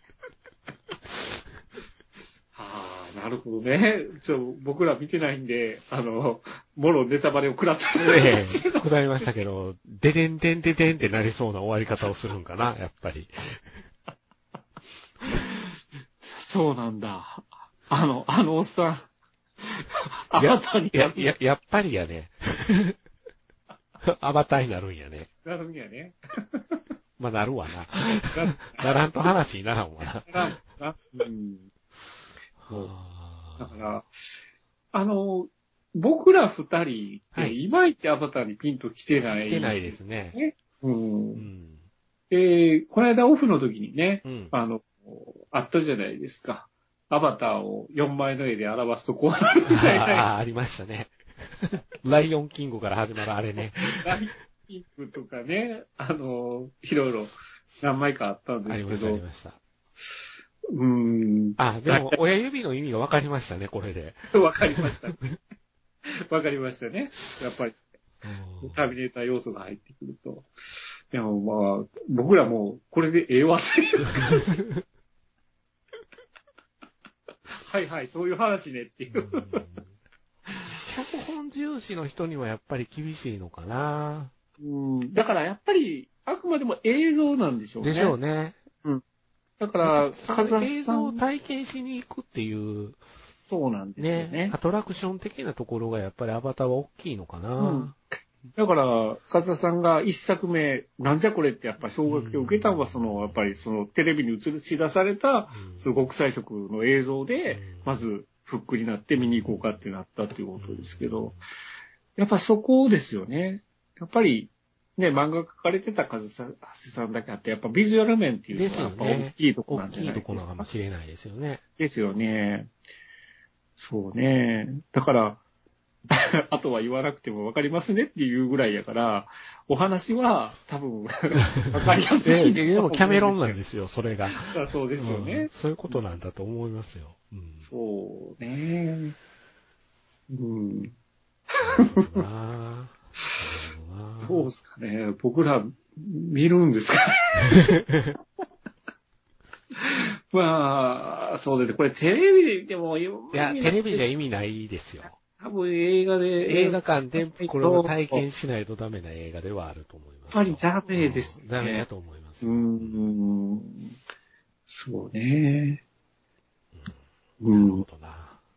ああ、なるほどね。ちょ、僕ら見てないんで、あの、もろネタバレを食らった。 ええ、食らいましたけど、ででんでんででんってなりそうな終わり方をするんかな、やっぱり。 そうなんだ。あの、あのおっさん。アバターにいや、いや、やっぱりやね。アバターになるんやね。 なるんやね。 まあ、なるわな。ならんと話にならんわな。ならんな。うん。 そう。だから、あの、僕ら二人って、いまいちアバターにピンと来てない、 来てないですね。 うん。うん、で、この間オフの時にね、うん、あの、あったじゃないですか。アバターをよんまいの絵で表すとこうなるみたいな。 ああ、ありましたね。ライオンキングから始まるあれね。 ライオンキングとかね、あの、いろいろ何枚かあったんですけど。 ありました、ありました。 うーん。 あ、でも、親指の意味が分かりましたね、これで。 分かりました。分かりましたね。やっぱり、ターミネーター要素が入ってくると。でもまあ、僕らもこれでええわっていう感じ。はいはい、そういう話ねっていう。 脚本重視の人にはやっぱり厳しいのかな。 うん。だからやっぱり、あくまでも映像なんでしょうね。 でしょうね。 うん。だから、 映像を体験しに行くっていう。 そうなんですよね。ね。 アトラクション的なところがやっぱりアバターは大きいのかな。うん。 だから、カズサさんが一作目、なんじゃこれってやっぱ衝撃を受けたのは、その、やっぱりそのテレビに映し出された、その極彩色の映像で、まずフックになって見に行こうかってなったっていうことですけど、やっぱそこですよね。やっぱり、ね、漫画描かれてたカズサさんだけあって、やっぱビジュアル面っていうのはやっぱ大きいところなんじゃないですか。 大きいところかもしれないですよね。 ですよね。そうね。だから、あとは言わなくても分かりますねっていうぐらいやから、お話は多分分かりやすい。 でもキャメロンなんですよ、それが。 そうですよね、うん。 そういうことなんだと思いますよ。うん、 そうね。うん。どうですかね。僕ら見るんですかね。まあ、そうですね。これテレビで見ても、 いや、テレビじゃ意味ないですよ。 多分映画で。 映画館でこれを体験しないとダメな映画ではあると思います。 やっぱりダメですね。 ダメだと思いますよ。うーん。そうね。うん。なるほどな。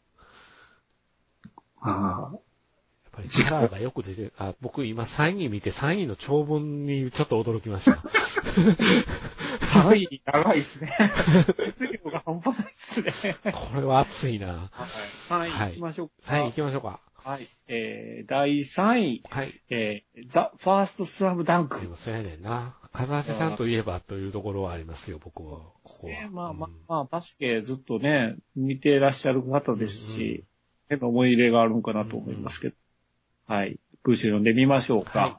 ああ。 やっぱりカラーがよく出て、あ、僕今さんい見てさんいの長文にちょっと驚きました。 さんい長いですね。熱量が半端ないですね。 これは熱いな。はい。 さんい行きましょうか。 はい、さんい行きましょうか。 はい。えー、だいさんい。 はい。 えー、ザ・ファーストスラムダンク。 でもそうやねんな。風瀬さんといえばというところはありますよ、僕は。ここは。 ね、まあまあまあ、バスケずっとね、見ていらっしゃる方ですし、変な思い入れがあるんかなと思いますけど。うんうん、はい。文章読んでみましょうか。はい。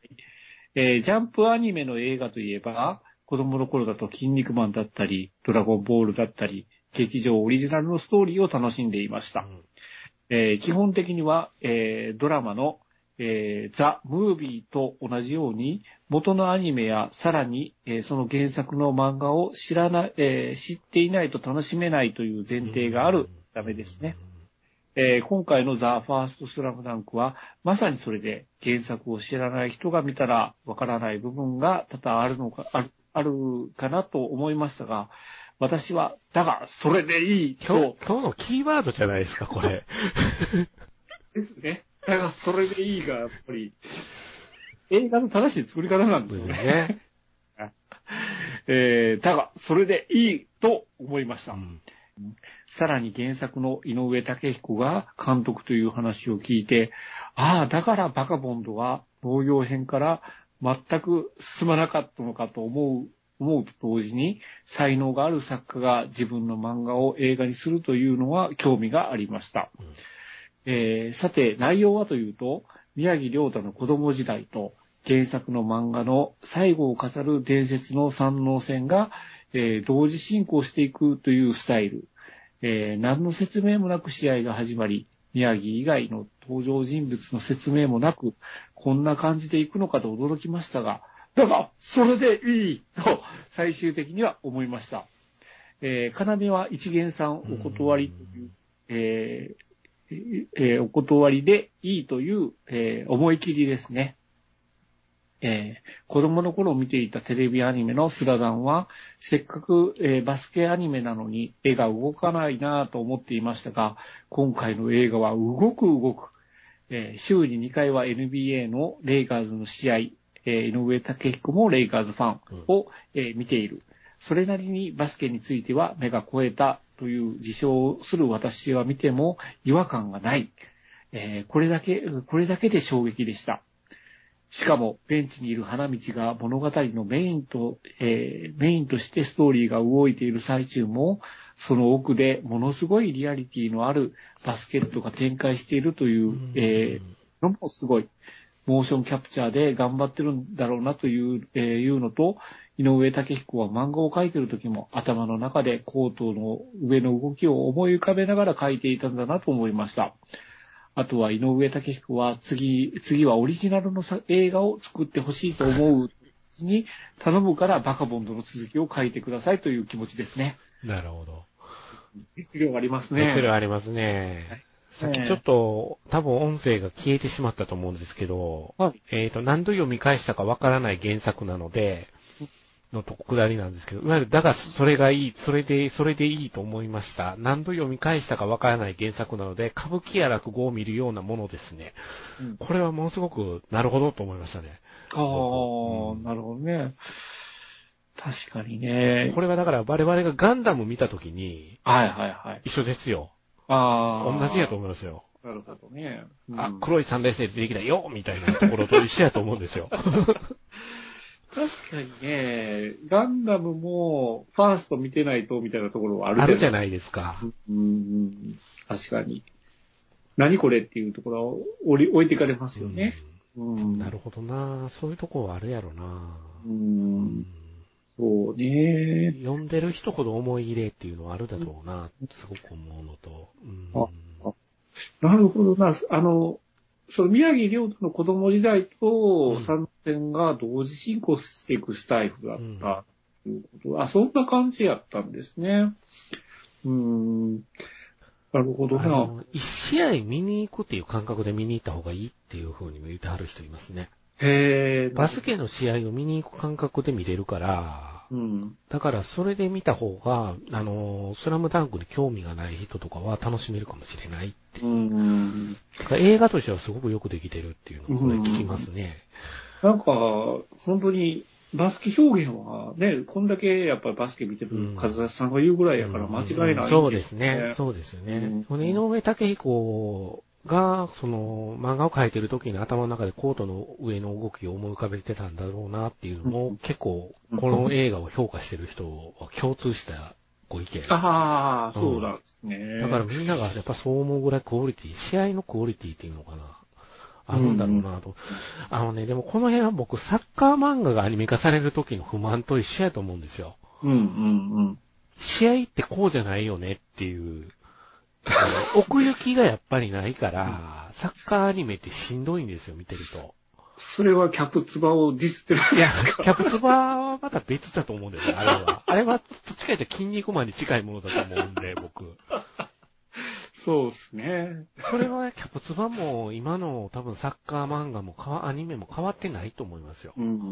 えー、ジャンプアニメの映画といえば、子供の頃だと筋肉マンだったり、ドラゴンボールだったり、劇場オリジナルのストーリーを楽しんでいました。うん、えー、基本的には、えー、ドラマの、えー、ザ・ムービーと同じように、元のアニメやさらに、えー、その原作の漫画を知らない、えー、知っていないと楽しめないという前提があるためですね。えー、今回のザ・ファーストスラムダンクは、まさにそれで原作を知らない人が見たらわからない部分が多々あるのか、ある、あるかなと思いましたが、私は、だが、それでいいと。 今日、今日のキーワードじゃないですか、これ。 ですね。だが、それでいいが、やっぱり、映画の正しい作り方なんですよね。えー、だが、それでいいと思いました。うん、さらに原作の井上武彦が監督という話を聞いて、ああ、だからバカボンドは農業編から全く進まなかったのかと思う。思うと同時に、才能がある作家が自分の漫画を映画にするというのは興味がありました。うんえー、さて、内容はというと、宮城亮太の子供時代と原作の漫画の最後を飾る伝説の三能線が、えー、同時進行していくというスタイル。 えー、何の説明もなく試合が始まり、宮城以外の登場人物の説明もなく、こんな感じで行くのかと驚きましたが、だが、それでいいと最終的には思いました。えー、要は一元さんお断りという、えーえー、お断りでいいという、えー、思い切りですね。えー、子供の頃見ていたテレビアニメのスラダンは、せっかく、えー、バスケアニメなのに絵が動かないなぁと思っていましたが、今回の映画は動く動く。えー、週ににかいは エヌビーエー のレイカーズの試合、えー、井上武彦もレイカーズファンを、うんえー、見ている。それなりにバスケについては目が超えたという自称をする私が見ても違和感がない。えー、これだけ、これだけで衝撃でした。しかも、ベンチにいる花道が物語のメインと、えー、メインとしてストーリーが動いている最中も、その奥でものすごいリアリティのあるバスケットが展開しているという、えー、のもすごい。モーションキャプチャーで頑張ってるんだろうなという、えー、いうのと、井上武彦は漫画を描いている時も頭の中でコートの上の動きを思い浮かべながら描いていたんだなと思いました。あとは井上武彦は次、次はオリジナルの映画を作ってほしいと思うに頼むからバカボンドの続きを書いてくださいという気持ちですね。 なるほど。 熱量ありますね。 熱量ありますね。はい、さっきちょっと、多分音声が消えてしまったと思うんですけど、はい、えっと、何度読み返したかわからない原作なので、のとこ下りなんですけど、いわゆる、だがそれがいい、それで、それでいいと思いました。何度読み返したかわからない原作なので、歌舞伎や落語を見るようなものですね。うん、これはものすごく、なるほどと思いましたね。 ああ、うん、なるほどね。確かにね。 これはだから我々がガンダム見たときに、 はいはいはい。 一緒ですよ。 ああ。同じやと思いますよ。 なるほどね。 うん、あ、黒い三連星出てきたよみたいなところと一緒やと思うんですよ。 確かにね、ガンダムもファースト見てないとみたいなところはあるじゃないあるじゃないですか。 うん、確かに。何これっていうところを置いてかれますよね。 うんうん、なるほどな。そういうところはあるやろな。 うん、そうね。 読んでる人ほど思い入れっていうのはあるだろうな、すごく思うのと。うん、 ああなるほどな。あの、その宮城亮太の子供時代と参戦が同時進行していくスタイルだったということ、うん、あ、そんな感じやったんですね。うーん。なるほどな。 一試合見に行くっていう感覚で見に行った方がいいっていう風にも言ってはる人いますね。 へー。 バスケの試合を見に行く感覚で見れるから、 うん、 だからそれで見た方が、あの、スラムダンクに興味がない人とかは楽しめるかもしれないって。 うん、 だから映画としてはすごくよくできてるっていうのをこれ聞きますね。 うん、なんか、本当にバスケ表現はね、こんだけやっぱりバスケ見てる和田さんが言うぐらいやから間違いない、ねうんうん、 そうですね。そうですよね。うん、井上武彦が、その、漫画を描いてる時に頭の中でコートの上の動きを思い浮かべてたんだろうなっていうのも、うん、結構、この映画を評価してる人は共通したご意見。 ああ、そうなんですね、 うん。だからみんながやっぱそう思うぐらいクオリティ、試合のクオリティっていうのかな。あるんだろうなと、うん。あのね、でもこの辺は僕、サッカー漫画がアニメ化される時の不満と一緒やと思うんですよ。 うんうんうん。 試合ってこうじゃないよねっていう。奥行きがやっぱりないから、サッカーアニメってしんどいんですよ、見てると。 それはキャプツバをディスってるんですか？ いや、キャプツバはまた別だと思うんですよ、あれは。あれは、どっちかというと筋肉マンに近いものだと思うんで、僕。 そうですね。 それはキャプツバも今の多分サッカー漫画もアニメも変わってないと思いますよ。 うんうんうん。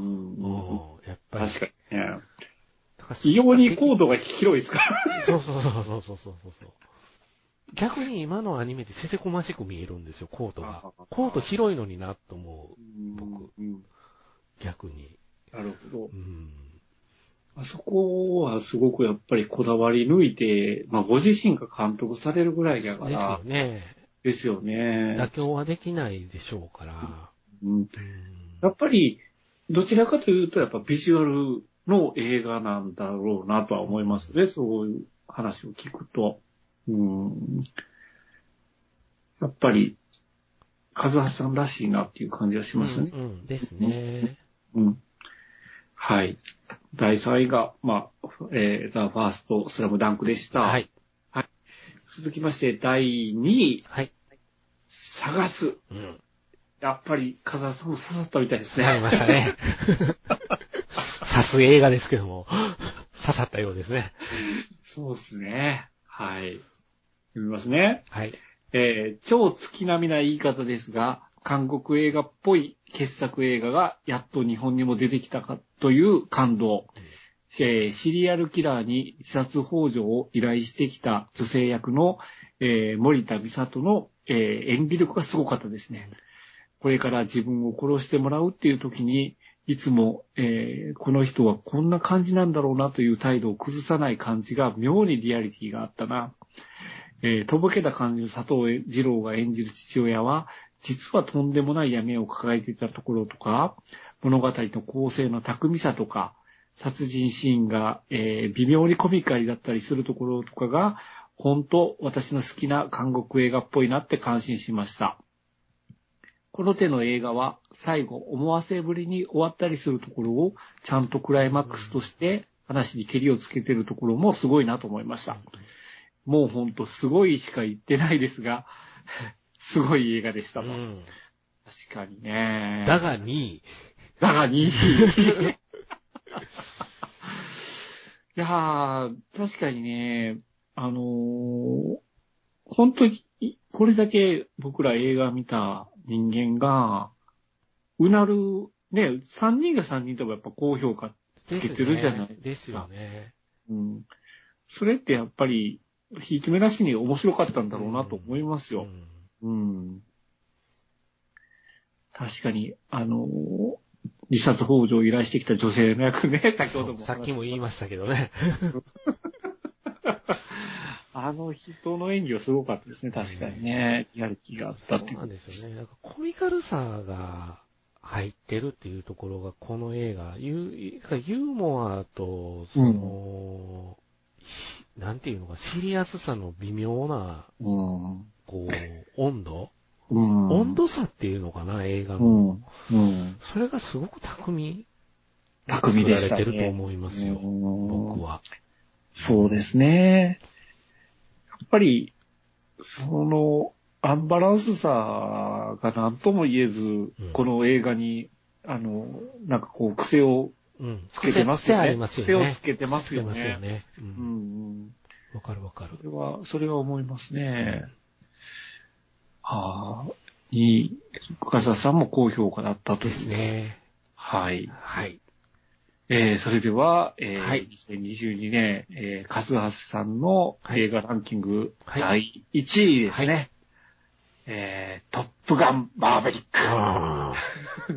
やっぱり。 確かにね。異様にコードが広いですから。 そうそうそうそうそうそうそう。逆に今のアニメってせせこましく見えるんですよ、コートが。コート広いのになと思う、僕。うん、逆に。 なるほど。 うん、 あそこはすごくやっぱりこだわり抜いて、まあご自身が監督されるぐらいだから。 ですよね。 ですよね。 妥協はできないでしょうから。 うんうん、やっぱり、どちらかというと、やっぱビジュアルの映画なんだろうなとは思いますね。そういう話を聞くと。うんやっぱり、和橋さんらしいなっていう感じがしますね。 うん、うん、ですね、 うん。はい。だいさんいが、まあ、えー、ザ・ファースト・スラムダンクでした。 はい。 はい。 続きましてだいにい。 はい。 探す。 うん。 やっぱり、風間さんも刺さったみたいですね。 刺さりましたね。刺す映画ですけども、刺さったようですね。 そうですね。はい。読みますね。 はい。 えー、超月並みな言い方ですが、韓国映画っぽい傑作映画がやっと日本にも出てきたかという感動。えー、シリアルキラーに自殺幇助を依頼してきた女性役の、えー、森田美里の、えー、演技力がすごかったですね。これから自分を殺してもらうっていう時に、いつも、えー、この人はこんな感じなんだろうなという態度を崩さない感じが妙にリアリティがあったな。えー、とぼけた感じの佐藤二郎が演じる父親は、実はとんでもない闇を抱えていたところとか、物語の構成の巧みさとか、殺人シーンが、えー、微妙にコミカルだったりするところとかが、本当私の好きな韓国映画っぽいなって感心しました。この手の映画は最後思わせぶりに終わったりするところをちゃんとクライマックスとして話にケリをつけてるところもすごいなと思いました。もうほんとすごいしか言ってないですが、すごい映画でしたと。うん、確かにね。 だがにい。 だがにい。いやー、確かにね、あのー、本当にこれだけ僕ら映画見た人間が、うなる、ね、さんにんがさんにんともやっぱ高評価つけてるじゃないですか。 ですよね。 うん。それってやっぱり、ひいき目なしに面白かったんだろうなと思いますよ。うん。うん、確かに、あのー、自殺幇助を依頼してきた女性の役ね、先ほども。 さっきも言いましたけどね。 あの人の演技はすごかったですね、確かにね。やる気があったっていう。 そうなんですよね。なんかコミカルさが入ってるっていうところが、この映画、ユー、ユーモアと、その、うん、なんていうのか、シリアスさの微妙な、うん、こう、温度、うん、温度差っていうのかな、映画の。うんうん、それがすごく巧み、 巧みでしたね。 作られてると思いますよ、僕は。 そうですね。やっぱり、その、アンバランスさが何とも言えず、うん、この映画に、あの、なんかこう、癖をつけてますよね。うん、癖ありますよね。癖をつけてますよね。つけますよね。うん。うん、 わかるわかる。 それは、それは思いますね。うん、はあ、いい、深澤さんも高評価だったという。 ですね。 はい。 はい。 えー、それでは、えーはい、にせんにじゅうにねん、えー、カズハスさんの映画ランキング、はい、だいいちいですね。はい、えー、トップガンマーヴェリック。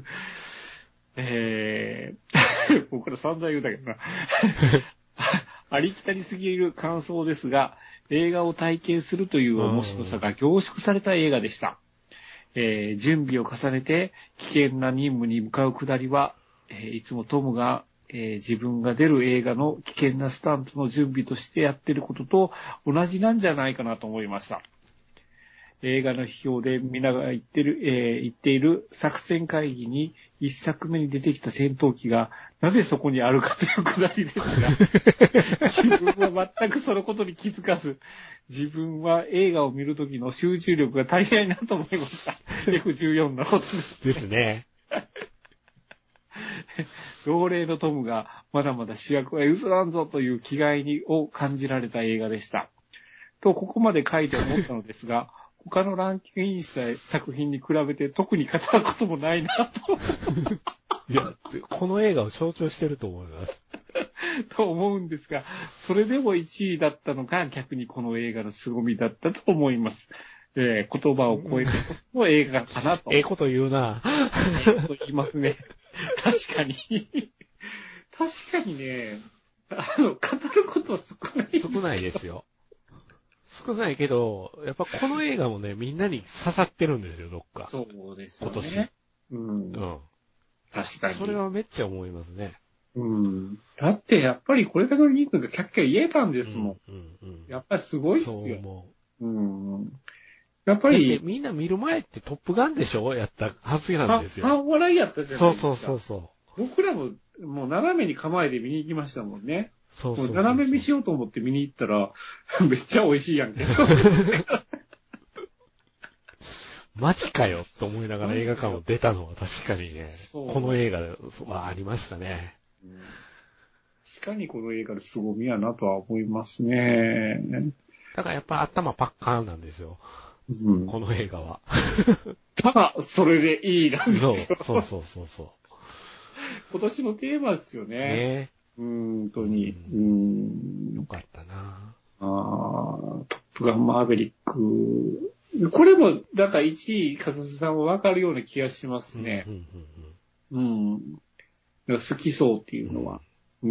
えー、僕ら散々言うたけどな。ありきたりすぎる感想ですが、映画を体験するという面白さが凝縮された映画でした。えー、準備を重ねて危険な任務に向かうくだりは、えー、いつもトムが、えー、自分が出る映画の危険なスタントの準備としてやってることと同じなんじゃないかなと思いました。映画の批評で皆が言ってる、えー、言っている作戦会議に一作目に出てきた戦闘機がなぜそこにあるかというくだりですが、自分は全くそのことに気づかず、自分は映画を見るときの集中力が足りないなと思いました。エフじゅうよん のことです。 ですね。 老齢のトムがまだまだ主役は譲らんぞという気概にを感じられた映画でした。と、ここまで書いて思ったのですが、他のランキングインした作品に比べて特に語ることもないなと。 いや、この映画を象徴してると思います。 と思うんですが、それでもいちいだったのが逆にこの映画の凄みだったと思います。えー、言葉を超えての映画かなと。 ええこと言うな。 ええこと言いますね。確かに。確かにね、あの、語ることは少ないです。 少ないですよ。少ないけど、やっぱこの映画もね、みんなに刺さってるんですよ、どっか。 そうですよね。 今年。 うん。うん。確かに。 それはめっちゃ思いますね。 うん。だってやっぱりこれだけの人数がキャッキャ言えたんですもん。うんうんうん、やっぱりすごいっすよ。そう思う。うん。やっぱり。 だってみんな見る前ってトップガンでしょやったはずなんですよ。 半笑いやったじゃないですか。 そうそうそうそう。 僕らももう斜めに構えて見に行きましたもんね。 そうそうそうそう。 斜め見しようと思って見に行ったら、めっちゃ美味しいやんけ。 マジかよと思いながら映画館を出たのは確かにね、この映画はありましたね。 うん、確かにこの映画で凄みやなとは思いますね。 だからやっぱ頭パッカーンなんですよ。うん、この映画は。 ただ、それでいいなんですよ。 そうそうそうそう。 今年のテーマですよね。ね。うーん、本当に。うーん。 よかったなあー、トップガンマーヴェリック。これも、なんかいちい、かずさんはわかるような気がしますね。うんうんうん。うん。好きそうっていうのは。うん。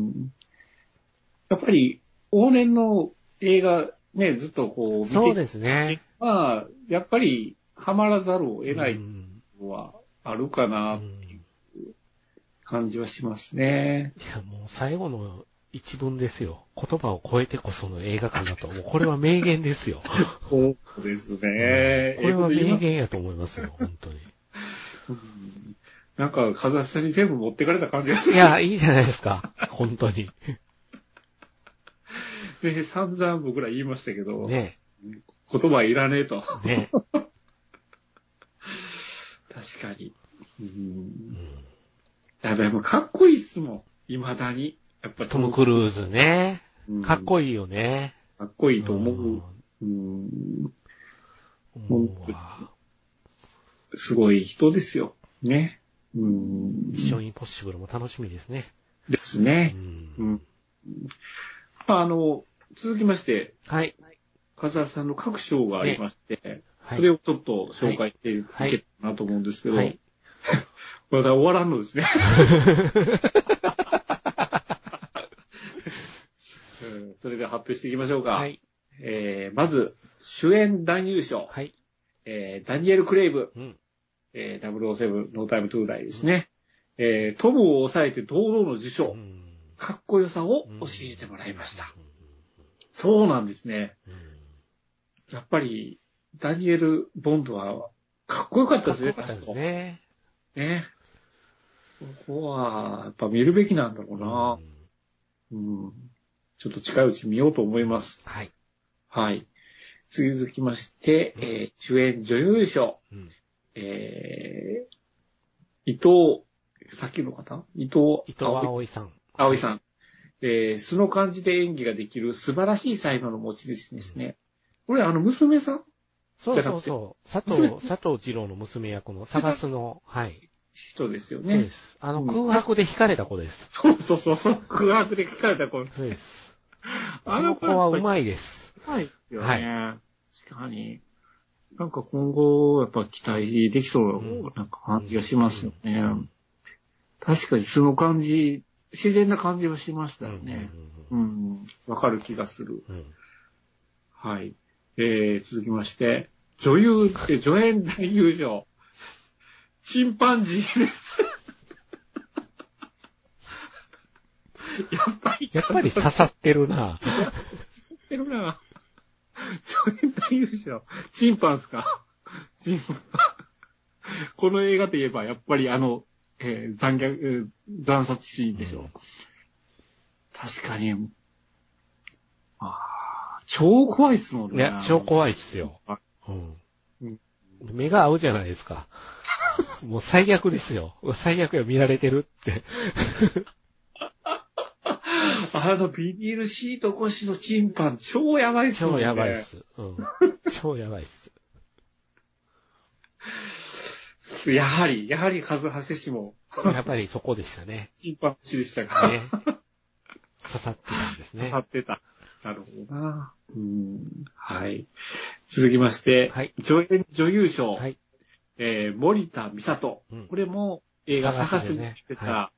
やっぱり、往年の映画、ね、ずっとこう見て、 そうですね。 まあ、やっぱり、ハマらざるを得ないのはあるかなっていう感じはしますね。 いや、もう最後の一文ですよ。言葉を超えてこその映画館だと。もうこれは名言ですよ。 そうですね、 うん。これは名言やと思いますよ、本当に。 うん、なんか、かざさに全部持ってかれた感じがする。 いや、いいじゃないですか。本当に。 で、散々僕ら言いましたけど、 ね、 言葉いらねえと。 ね。 確かに。うん、うん、いや、でもかっこいいっすもん。未だに。やっぱトム・クルーズね。かっこいいよね。 かっこいいと思う。うん。本当にすごい人ですよ。ね。うん。 ミッションインポッシブルも楽しみですね。 ですね。 うん。うん、 あの、続きまして。 はい。 笠原さんの各章がありまして、ね、はい、それをちょっと紹介していけたらなと思うんですけど、はい、まだ終わらんのですね。うん、それでは発表していきましょうか。はい、えー、まず、主演男優賞。はい、えー、ダニエル・クレイブ。うん、えー、ダブルオーセブン No Time to Die ですね。うん、えー、トムを抑えて堂々の受賞。うん、かっこよさを教えてもらいました。うん、そうなんですね。うん、やっぱり、ダニエル・ボンドは、かっこよかったですね。 かっこよかったですね。 ね。ここは、やっぱ見るべきなんだろうな。うん。うん、ちょっと近いうち見ようと思います。はい。はい。続きまして、うん、えー、主演女優賞。うん、えー、伊藤、さっきの方伊藤、 伊藤葵さん。 葵さん。はい、えー、素の感じで演技ができる素晴らしい才能の持ち主ですね。うん、これ、あの、娘さんそうそうそう。佐藤、佐藤二郎の娘役の探すの、はい。 人ですよね。 そうです。あの、うん、空白で惹かれた子です。 そうそうそうそう。空白で惹かれた子。 そうです。あの子はうまいです。 うまいよね。はい。確かに。なんか今後、やっぱ期待できそうな、うん、なんか感じがしますよね。うん、確かにその感じ、自然な感じはしましたよね。うん。わ、うん、かる気がする。うん、はい。えー、続きまして、女優、え助演男優賞。チンパンジーです。やっぱり。 やっぱり刺さってるな。 刺さってるな。助演男優賞。チンパンすか。チンパン。この映画といえば、やっぱりあの、えー、残虐、惨殺シーンでしょう。うん、確かに。ああ、超怖いっすもんね。 いや、超怖いっすよ。うんうん、目が合うじゃないですか。もう最悪ですよ。最悪よ、見られてるって。 あのビニールシート越しのチンパン、超やばいっすもんね。 超やばいっす。うん。超やばいっす。 やはり、やはりカズハセ氏も。 やっぱりそこでしたね。 チンパン氏でしたかね。 刺さってたんですね。 刺さってた。なるほどな。うん。はい。続きまして、はい、助演女優賞。はい。えー、森田美里、うん。これも映画探すに出てた、ねはい、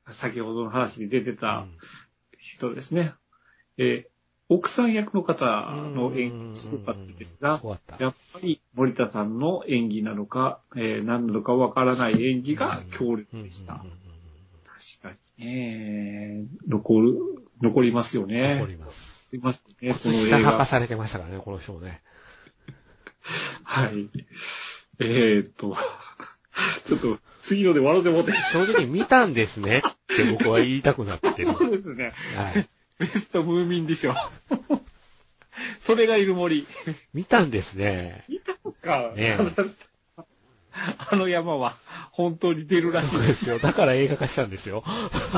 先ほどの話に出てた人ですね。うん、えー、奥さん役の方の演技すごかったですが、やっぱり森田さんの演技なのか、えー、何なのかわからない演技が強烈でした。確かにね、残る、残りますよね。 残ります。 残りますね、 この映画。下履かされてましたからね、この人ね。 はい。えーっと、ちょっと、次ので笑ってもって。 正直見たんですねっって僕は言いたくなってる。 そうですね。 はい。 ベストムーミンでしょ。それがいる森。 見たんですね。 見たんですかねえ。あの山は本当に出るらしいそうですよ。だから映画化したんですよ。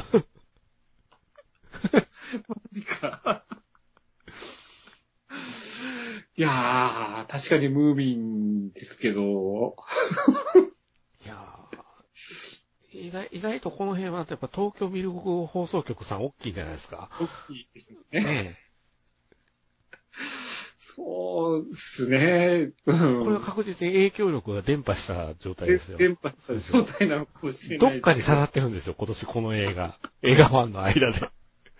マジか。いやー、確かにムーミンですけど。 いやー、意外、意外とこの辺はやっぱ東京ミルク放送局さん大きいんじゃないですか。 大きいですね。 ねそうですね。 え。これは確実に影響力が伝播した状態ですよ。 伝播した状態なのかもしれない。 どっかに刺さってるんですよ、今年この映画。映画ファンの間で。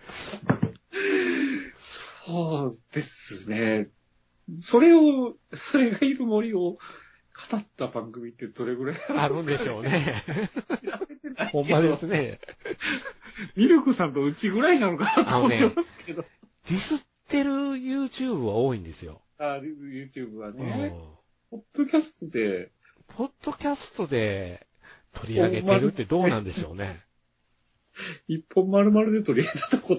そうですね。それを、それがいる森を語った番組ってどれぐらいあるんでしょうね。ほんまですね。 ミルクさんとうちぐらいなのかなと思いますけど。 ディスってる YouTube は多いんですよ。 あ、YouTube はうんね。ポッドキャストで。 ポッドキャストで取り上げてるってどうなんでしょうね。 一本丸々で取り上げたとこって。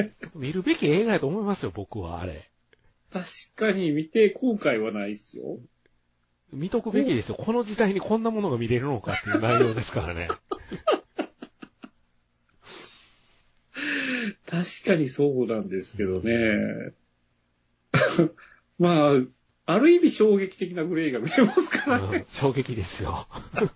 見るべき映画やと思いますよ、僕は、あれ。 確かに見て後悔はないっすよ。 見とくべきですよ。この時代にこんなものが見れるのかっていう内容ですからね。 確かにそうなんですけどね。まあ、ある意味衝撃的なグレーが見れますからね。 うん、衝撃ですよ。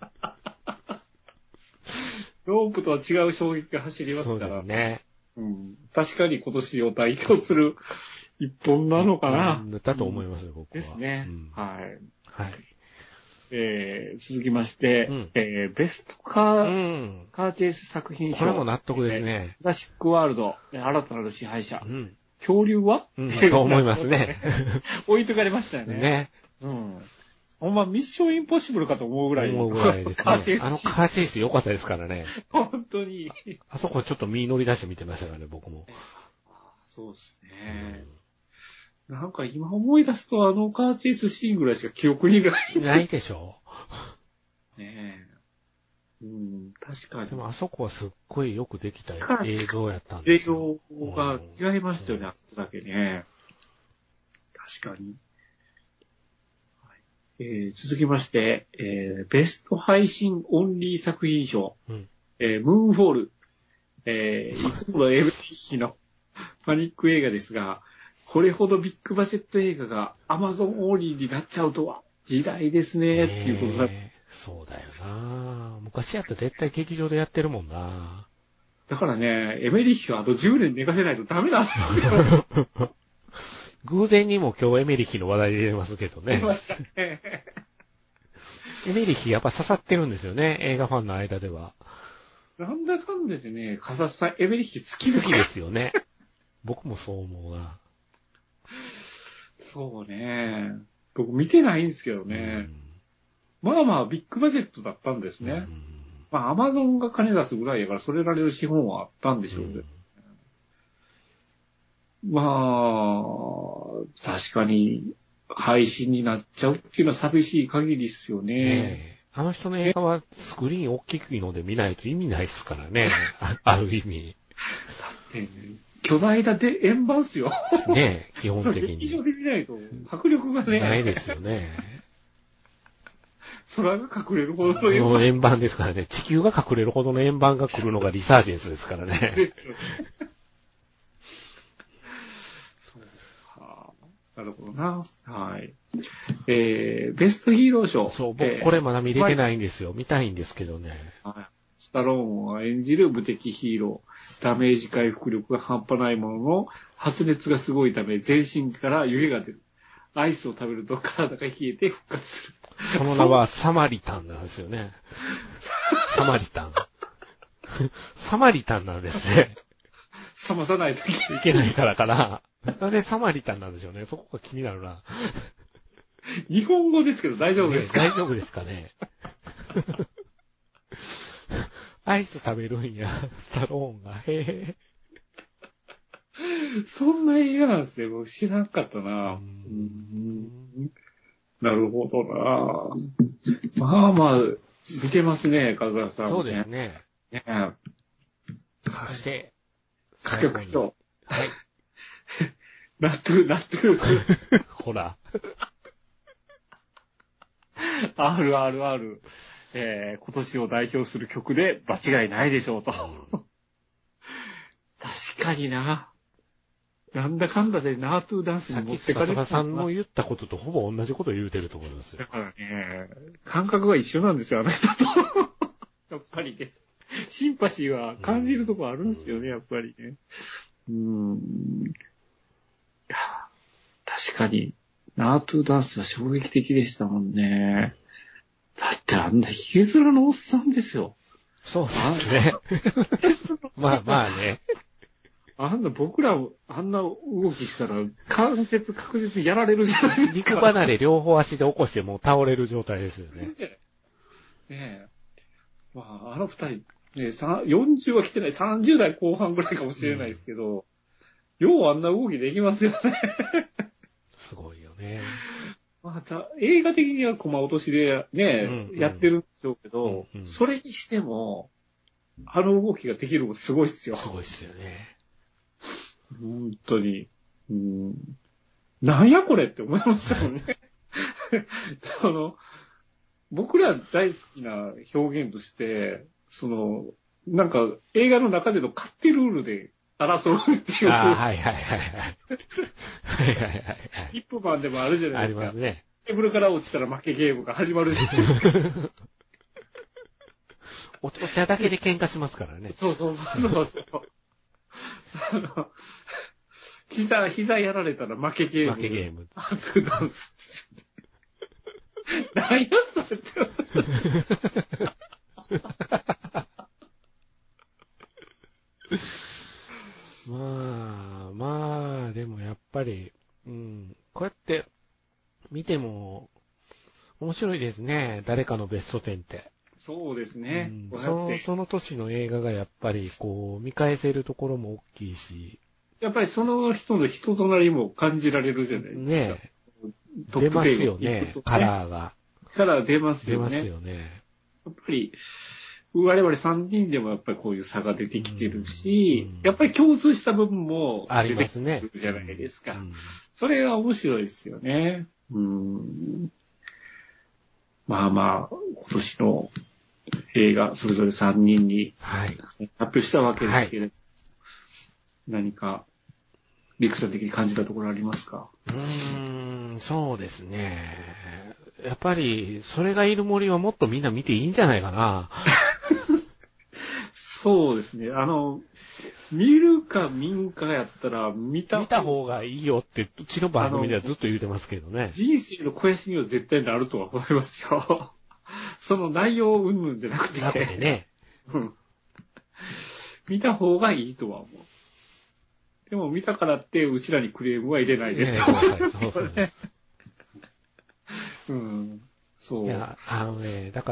ロープとは違う衝撃が走りますから。 そうですね。 うん、確かに今年を代表する一本なのかな。 だと思いますよ、僕は。 ですね。 うん、 はい。 はい。 えー、続きまして、うん、えー、ベストカー、うん、カーチェイス作品賞。 これも納得ですね。 クラシックワールド、新たなる支配者。 うん、 恐竜は、 うん、そう思いますね。 置いとかれましたよね。 ね。 うん。ほんま、ミッションインポッシブルかと思うぐらい。 思うぐらいですね。カーチェイス。あのカーチェイス良かったですからね。 本当に。 あそこちょっと身乗り出して見てましたからね、僕も。 そうですね。うん、なんか今思い出すとあのカーチェイスシーンぐらいしか記憶にない。 ないでしょう。ねえ。うん、確かに。 でもあそこはすっごいよくできた映像やったんですよ。 映像が違いましたよね、うん、あそこだけね。確かに。えー、続きまして、えー、ベスト配信オンリー作品賞、うん、えー、ムーンフォール、えー、いつもの エムティーシー のパニック映画ですが、これほどビッグバジェット映画が Amazon オンリーになっちゃうとは時代ですね、っていうことだ。 そうだよな昔やったら絶対劇場でやってるもんなだからね、エメリッヒはあとじゅうねん寝かせないとダメなんですよ。 偶然にも今日エメリヒの話題で出ますけどね。 出ましたね。エメリヒやっぱ刺さってるんですよね、映画ファンの間では。 なんだかんだでね、カサさんエメリヒ好きです好きですよね。僕もそう思うな。 そうね。僕見てないんですけどね。まあまあビッグバジェットだったんですね。まあアマゾンが金出すぐらいやからそれられる資本はあったんでしょうけど。まあ、確かに配信になっちゃうっていうのは寂しい限りですよね。ねえあの人の映画はスクリーン大きいので見ないと意味ないですからね。あ, ある意味。 だって、ね、巨大なで円盤っすよ。 ねえ、基本的に。 劇場で見ないと迫力がね。 ないですよね。 空が隠れるほどの円盤。 円盤ですからね。地球が隠れるほどの円盤が来るのがリサージェンスですからね。ですよね。 なるほどな。はい。えー、ベストヒーロー賞。 そう、僕これまだ見れてないんですよ。見たいんですけどね。 はい。スタローンが演じる無敵ヒーロー。ダメージ回復力が半端ないものの、発熱がすごいため、全身から湯気が出る。アイスを食べると体が冷えて復活する。 その名はサマリタンなんですよね。サマリタン。サマリタンなんですね。 冷まさないといけないからかな。なんでサマリタンなんでしょうね。そこが気になるな。 日本語ですけど大丈夫ですか、 ね、大丈夫ですかね。アイス食べるんや、スタローンが。へぇ。そんな映画なんですね。僕知らなかったな。うんなるほどな。まあまあ、見てますね、カズラさん、ね。 そうですね。 ねそして、 歌曲賞。 はい。 納得、納得。 ほら。 あるあるある。えー、今年を代表する曲で間違いないでしょうと。うん、確かにな。なんだかんだでナートゥダンスに持ってかれる。 さっきさんの言ったこととほぼ同じこと言うてるところですよ。 だからね、感覚が一緒なんですよ、あの人と。やっぱりね。シンパシーは感じるところあるんですよね、やっぱりね。うーん。いや、確かに、ナートゥダンスは衝撃的でしたもんね。だってあんなヒゲ面のおっさんですよ。 そうですね。まあまあね。 あんな僕ら、あんな動きしたら、関節確実にやられるじゃないですか。 肉離れ両方足で起こしてもう倒れる状態ですよね。ねえ。まあ、あの二人、ね、よんじゅうは来てない、さんじゅう代後半ぐらいかもしれないですけど、うん、ようあんな動きできますよね。 すごいよね。 また、映画的には駒落としでね、うんうん、やってるんでしょうけど、うんうん、それにしても、あの動きができるのすごいっすよ。 すごいっすよね。 本当に。うん、なんやこれって思いましたもんね。その、僕ら大好きな表現として、その、なんか映画の中での勝手ルールで争うっていう。 ああ、はいはいはいはい。はいはいはい。 ヒップマンでもあるじゃないですか。 ありますね。 テーブルから落ちたら負けゲームが始まるじゃないですか。 お茶だけで喧嘩しますからね。 そうそうそうそうそう。あの、膝、膝やられたら負けゲーム。 負けゲーム。 ハートダンス。何やそれって。 まあ、まあ、でもやっぱり、うん、こうやって見ても面白いですね。誰かのベストテンって。 そうですね。 うん、その、その年の映画がやっぱりこう見返せるところも大きいし。 やっぱりその人の人となりも感じられるじゃないですか。 ねえ。出ますよね、カラーが。 カラー出ますよね。 出ますよね。 やっぱり、我々さんにんでもやっぱりこういう差が出てきてるし、うんうん、やっぱり共通した部分も出てきてるじゃないですか。 ありますね。うん、 それが面白いですよね。うん、まあまあ、今年の映画、それぞれさんにんに発表したわけですけれど、はい、何か、リクさん的に感じたところありますか？ うーん、そうですね。やっぱり、それがいる森はもっとみんな見ていいんじゃないかな。 そうですね。あの、見るか見んかやったら見た見た方がいいよって、うちの番組ではずっと言うてますけどね。 人生の肥やしには絶対なるとは思いますよ。その内容云々じゃなくて。 なくてね。 うん。見た方がいいとは思う。でも見たからってうちらにクレームは入れないで。 ね、そうそうそうです。 うん。そう。 いや、あのね、だから、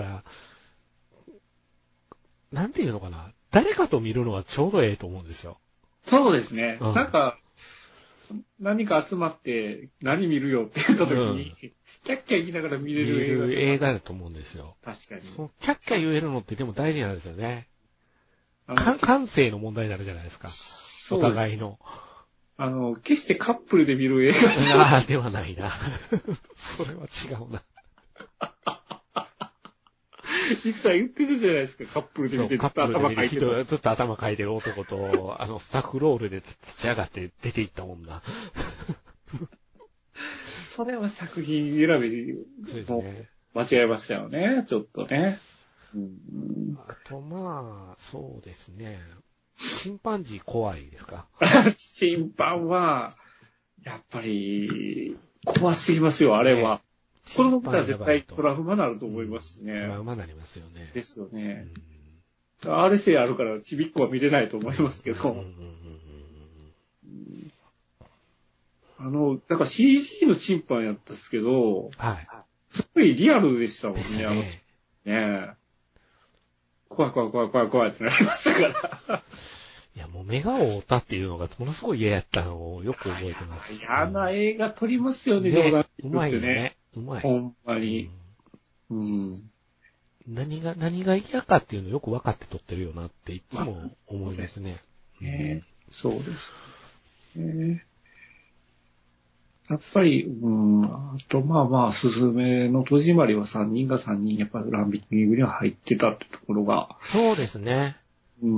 なんていうのかな。誰かと見るのはちょうどええと思うんですよ。 そうですね。うん、なんか、何か集まって何見るよって言った時に、うん、キャッキャ言いながら見れる映画。 見れる映画だと思うんですよ。 確かに。 そのキャッキャ言えるのってでも大事なんですよね。感性の問題になるじゃないですか。お互いの。 あの、決してカップルで見る映画ああ、ではないな。それは違うな。 いくさん言ってるじゃないですか、カップルで見てずっと頭かいてる。ずっと頭かいてる男と、あの、スタッフロールで立ち上がって出ていったもんな。 それは作品選び、そうですね。間違えましたよね、ちょっとね。 うん、あと、まあ、そうですね。チンパンジー怖いですか？ チンパンは、やっぱり、怖すぎますよ、あれは。ね、子供から絶対トラウマになると思いますしね、うん。 トラウマになりますよね。 ですよね。うん、アールエスエー あるからちびっこは見れないと思いますけど。あの、だから シージー のチンパンやったんですけど、 はい。 すごいリアルでしたもんね、 ねあの。ねえ。怖い怖い怖い怖い怖いってなりましたから。 いや、もう目が合うたっていうのがものすごい嫌やったのをよく覚えてます。 嫌な映画撮りますよね、 ね、うまいよね。うまい。 ほんまに。うん。うん、 何が、何が嫌かっていうのをよく分かって撮ってるよなっていつも思いますね。 ね、そうです。ね、やっぱり、うん、あと、まあまあ、すずめの戸締まりはさんにんがさんにん、やっぱりランビッキングには入ってたってところが。 そうですね。 うん。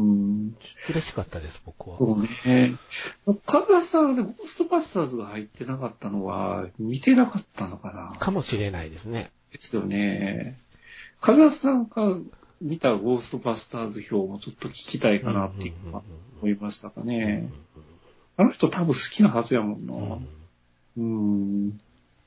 嬉しかったです、僕は。 そうね。カズハさんはね、ゴーストバスターズが入ってなかったのは、見てなかったのかな。 かもしれないですね。 ですよね。カズハさんが見たゴーストバスターズ表もちょっと聞きたいかなっていうのは思いましたかね。あの人多分好きなはずやもんな。うんうーん、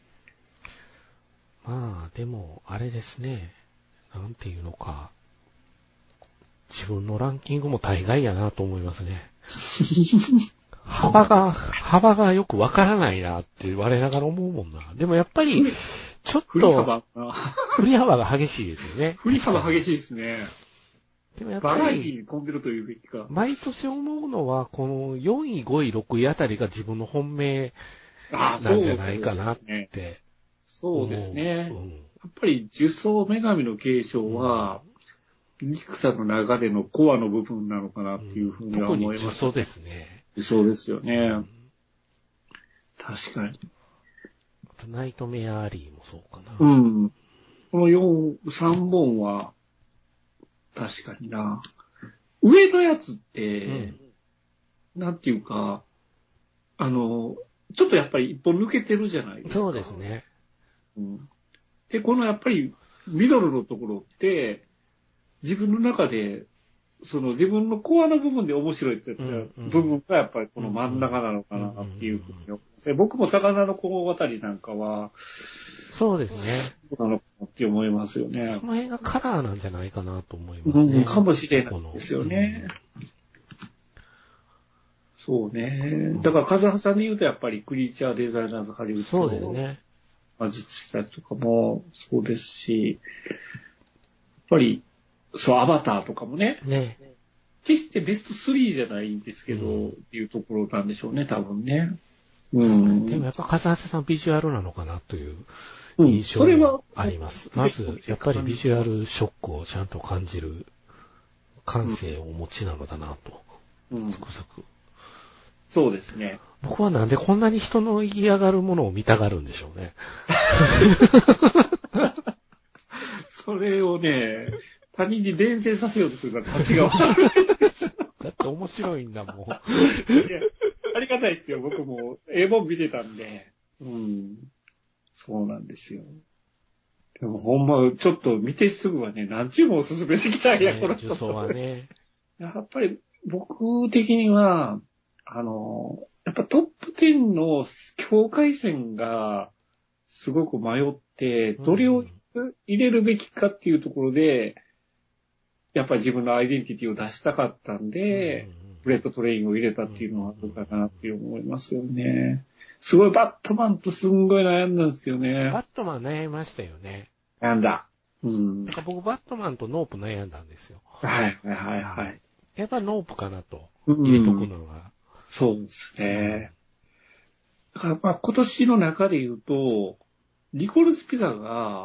まあ、でも、あれですね。なんていうのか。自分のランキングも大概やなと思いますね。幅が、幅がよくわからないなって我ながら思うもんな。でもやっぱり、ちょっと、振り幅振り幅が激しいですよね。 振り幅激しいですね。 でもやっぱり、 バラエティに飛んでるというべきか。 毎年思うのは、このよんい、ごい、ろくいあたりが自分の本命なんじゃないかなって。 そうですね。 うん、 やっぱり、呪詛女神の継承は、ニクさんの中でのコアの部分なのかなっていうふうには思います、 ね。特に呪詛ですね。 そうですよね。うん、確かに。 ナイトメアリーもそうかな。 うん。このよん、さんぼんは、確かにな。上のやつって、うん、なんていうか、あの、ちょっとやっぱり一本抜けてるじゃないですか。 そうですね。 うん、で、このやっぱりミドルのところって、自分の中で、その自分のコアの部分で面白いって言った部分がやっぱりこの真ん中なのかなっていうふうに思います。僕も魚の子渡りなんかは、 そうですね。 そうなのかなって思いますよね。 その辺がカラーなんじゃないかなと思いますね。 うん、かもしれないですよね。うん、そうね。だから風葉さんで言うとやっぱりクリーチャーデザイナーズハリウッド。 そうですね。 魔術師たちとかもそうですし、やっぱり、そう、アバターとかもね。 ね。 決してベストスリーじゃないんですけど、うん、っていうところなんでしょうね、多分ね。うん。 でもやっぱ風橋さんビジュアルなのかなという印象があります。うん、まず、やっぱりビジュアルショックをちゃんと感じる感性をお持ちなのだなと。うん、つくづく。 そうですね。 僕はなんでこんなに人の嫌がるものを見たがるんでしょうね。 それをね、他人に伝染させようとするから立ちが悪いです。 だって面白いんだもん。いや、 ありがたいですよ。僕も英文見てたんで。うん。そうなんですよ。でもほんま、ちょっと見てすぐはね、何ちゅうもおすすめできたんや、ね、この人。 呪詛はね。 やっぱり僕的には、あの、やっぱトップじゅうの境界線がすごく迷って、どれを入れるべきかっていうところで、やっぱり自分のアイデンティティを出したかったんで、ブレッドトレインを入れたっていうのはあるかなって思いますよね。すごいバットマンとすんごい悩んだんですよね。 バットマン悩みましたよね。 悩んだ。うん。 なんか僕バットマンとノープ悩んだんですよ。 はいはいはい。 やっぱノープかなと入れとくのが。うん、 そうですね。だからまあ今年の中で言うと、ニコルス・ピザが、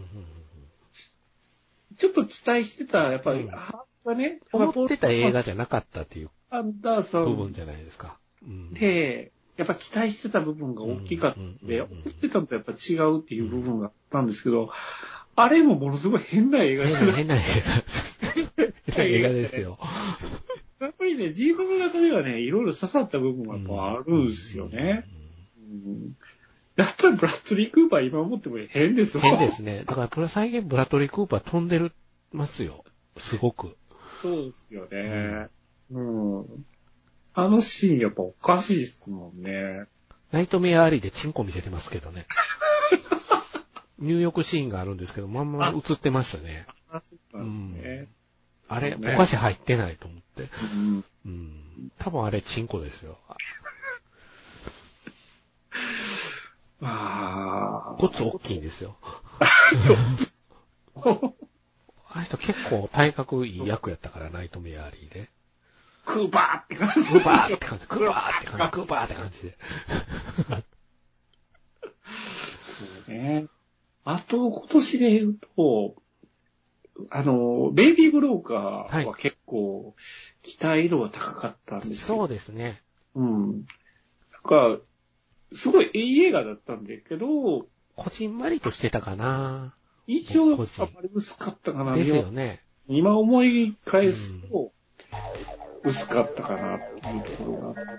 ちょっと期待してた、やっぱり、うん、がね、 思ってた映画じゃなかったっていうアンダーソン部分じゃないですか。 うん、で、やっぱ期待してた部分が大きかったんで、思ってたのとやっぱ違うっていう部分があったんですけど、あれもものすごい変な映画じゃない変な映画。変な映画ですよ。 やっぱりね、自分の中ではね、いろいろ刺さった部分がやっぱあるんですよね。うん、やっぱりブラッドリー・クーパー今思っても変ですわ。変ですね。だから最近ブラッドリー・クーパー飛んでるますよ。すごく。 そうですよね。うん。うん、あのシーンやっぱおかしいですもんね。 ナイトメアアリーでチンコ見せてますけどね。入浴シーンがあるんですけど、まんま映ってましたね。 あ、そうなんですね。うん、 あれ、ね、お菓子入ってないと思って。うんうん、多分あれチンコですよ。 ああ。 こっち大きいんですよ。あの人結構体格いい役やったから、ナイトメアリーで。 クーバーって感じ。 クーバーって感じ。クーバーって感じ。クーバーって感じで。 そうね。あと、今年で言うと、 あの、ベイビーブローカーは結構、期待度は高かったんですよ。 そうですね。 うん。なんか、すごいいい映画だったんだけど、 こじんまりとしてたかな。 印象があまり薄かったかな。 ですよね。 今思い返すと、薄かったかなっていうところがあって、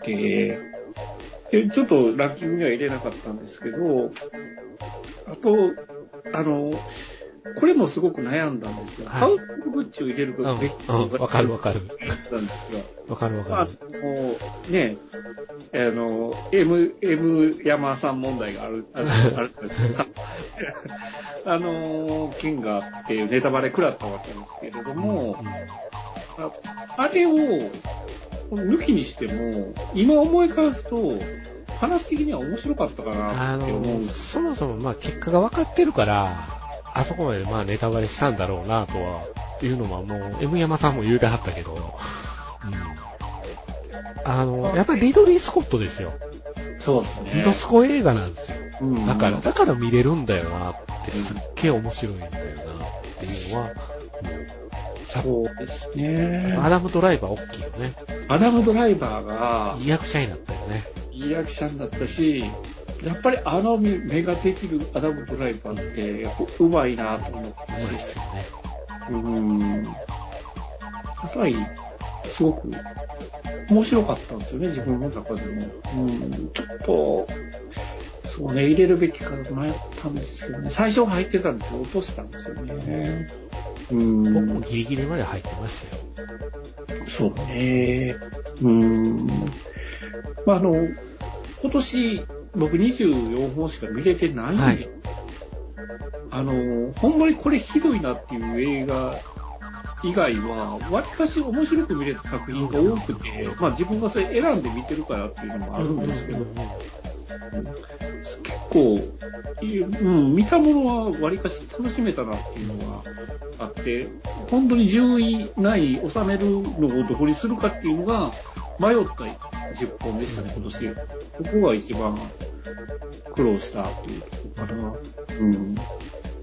でちょっとランキングには入れなかったんですけど、あと、あの、これもすごく悩んだんですけど、はい、ハウス・オブ・グッチを入れることできたのが、 わかるわかる。わかるわかる。 まあ、もうね、あの、M、M 山さん問題がある、ある、あるんですけど、あの、件があってネタバレ食らったわけですけれども、うんうん、あ, あれを抜きにしても、今思い返すと、話的には面白かったかなって思う。 あの、そもそもまあ結果が分かってるから、あそこまでまあネタバレしたんだろうなとは、いうのはもう、M 山さんも言うてはったけど、うん。あの、やっぱりリドリー・スコットですよ。 そうですね。 リドスコ映画なんですよ。 うん、 だから、だから見れるんだよなって、すっげえ面白いんだよなっていうのは、 そうですね。 アダム・ドライバー大きいよね。 アダム・ドライバーが、 いい役者になったよね。 いい役者になったし、やっぱりあの目ができるアダム・ドライバーって、やっぱうまいなと思って。 うまいですよね。 うん。やっぱり、すごく面白かったんですよね、自分の中でも。うん、ちょっと、そうね、入れるべきか迷ったんですよね。最初入ってたんですよ、落としたんですよね。うん、 僕もギリギリまで入ってましたよ。 そうね。うん。まあ、あの、今年、僕にじゅうよんほんしか見れてないんで、はい、あの、ほんまにこれひどいなっていう映画以外は、わりかし面白く見れた作品が多くて、まあ自分がそれ選んで見てるからっていうのもあるんですけど、うん、結構、うん、見たものはわりかし楽しめたなっていうのがあって、本当にじゅうい内に収めるのをどこにするかっていうのが迷ったじゅっぽんでしたね、今年。ここが一番苦労したっていうところかな。うん。なる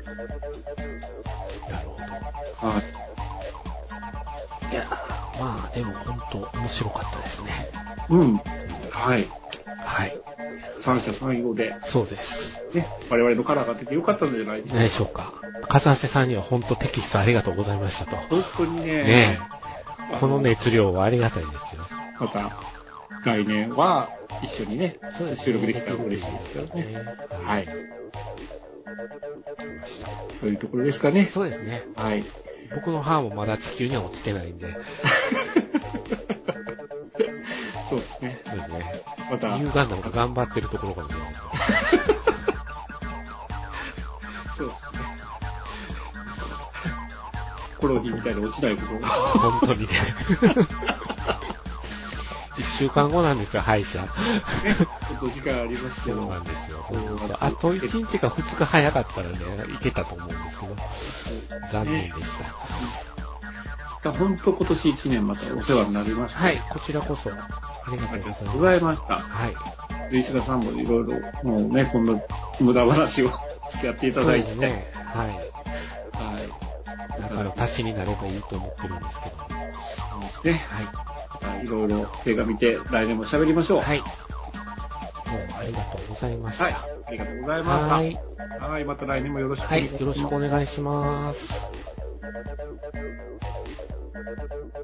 ほど。 はい。 いや、まあでも本当面白かったですね。 うん。はい。 はい。 三者三様で。 そうです。 ね。我々のカラーが出てよかったんじゃないでしょうか。笠瀬さんには本当テキストありがとうございましたと。 本当にね。 ねえ。この熱量はありがたいですよ。 また、来年は一緒にね、収録できたら嬉しいですよね。はい。そういうところですかね。 そうですね。 はい。 僕の歯もまだ地球には落ちてないんで。 そうですね。 そうですね。 また。 ニューガンダムが頑張ってるところかもしれない。 そうですね。コロニーみたいに落ちないことが。 本当にね。一週間後なんですよ、歯医者。 ね、ちょっと時間ありますけど。 そうなんですよ。あといちにちかふつか早かったらね、いけたと思うんですけど、残念でした。 本当今年いちねんまたお世話になりました。 はい、こちらこそ。ありがとうございました。 はい。 石田さんもいろいろ、もうね、こんな無駄話を付き合っていただいて。 そうですね。はい。 はい。 だから足しになればいいと思ってるんですけど。 そうですね。 はい。 いろいろ映画見て、来年も喋りましょう。 はい。どうもありがとうございました。 はい。ありがとうございました。 はい。 はい。また来年もよろしくお願いします。 はい。よろしくお願いします。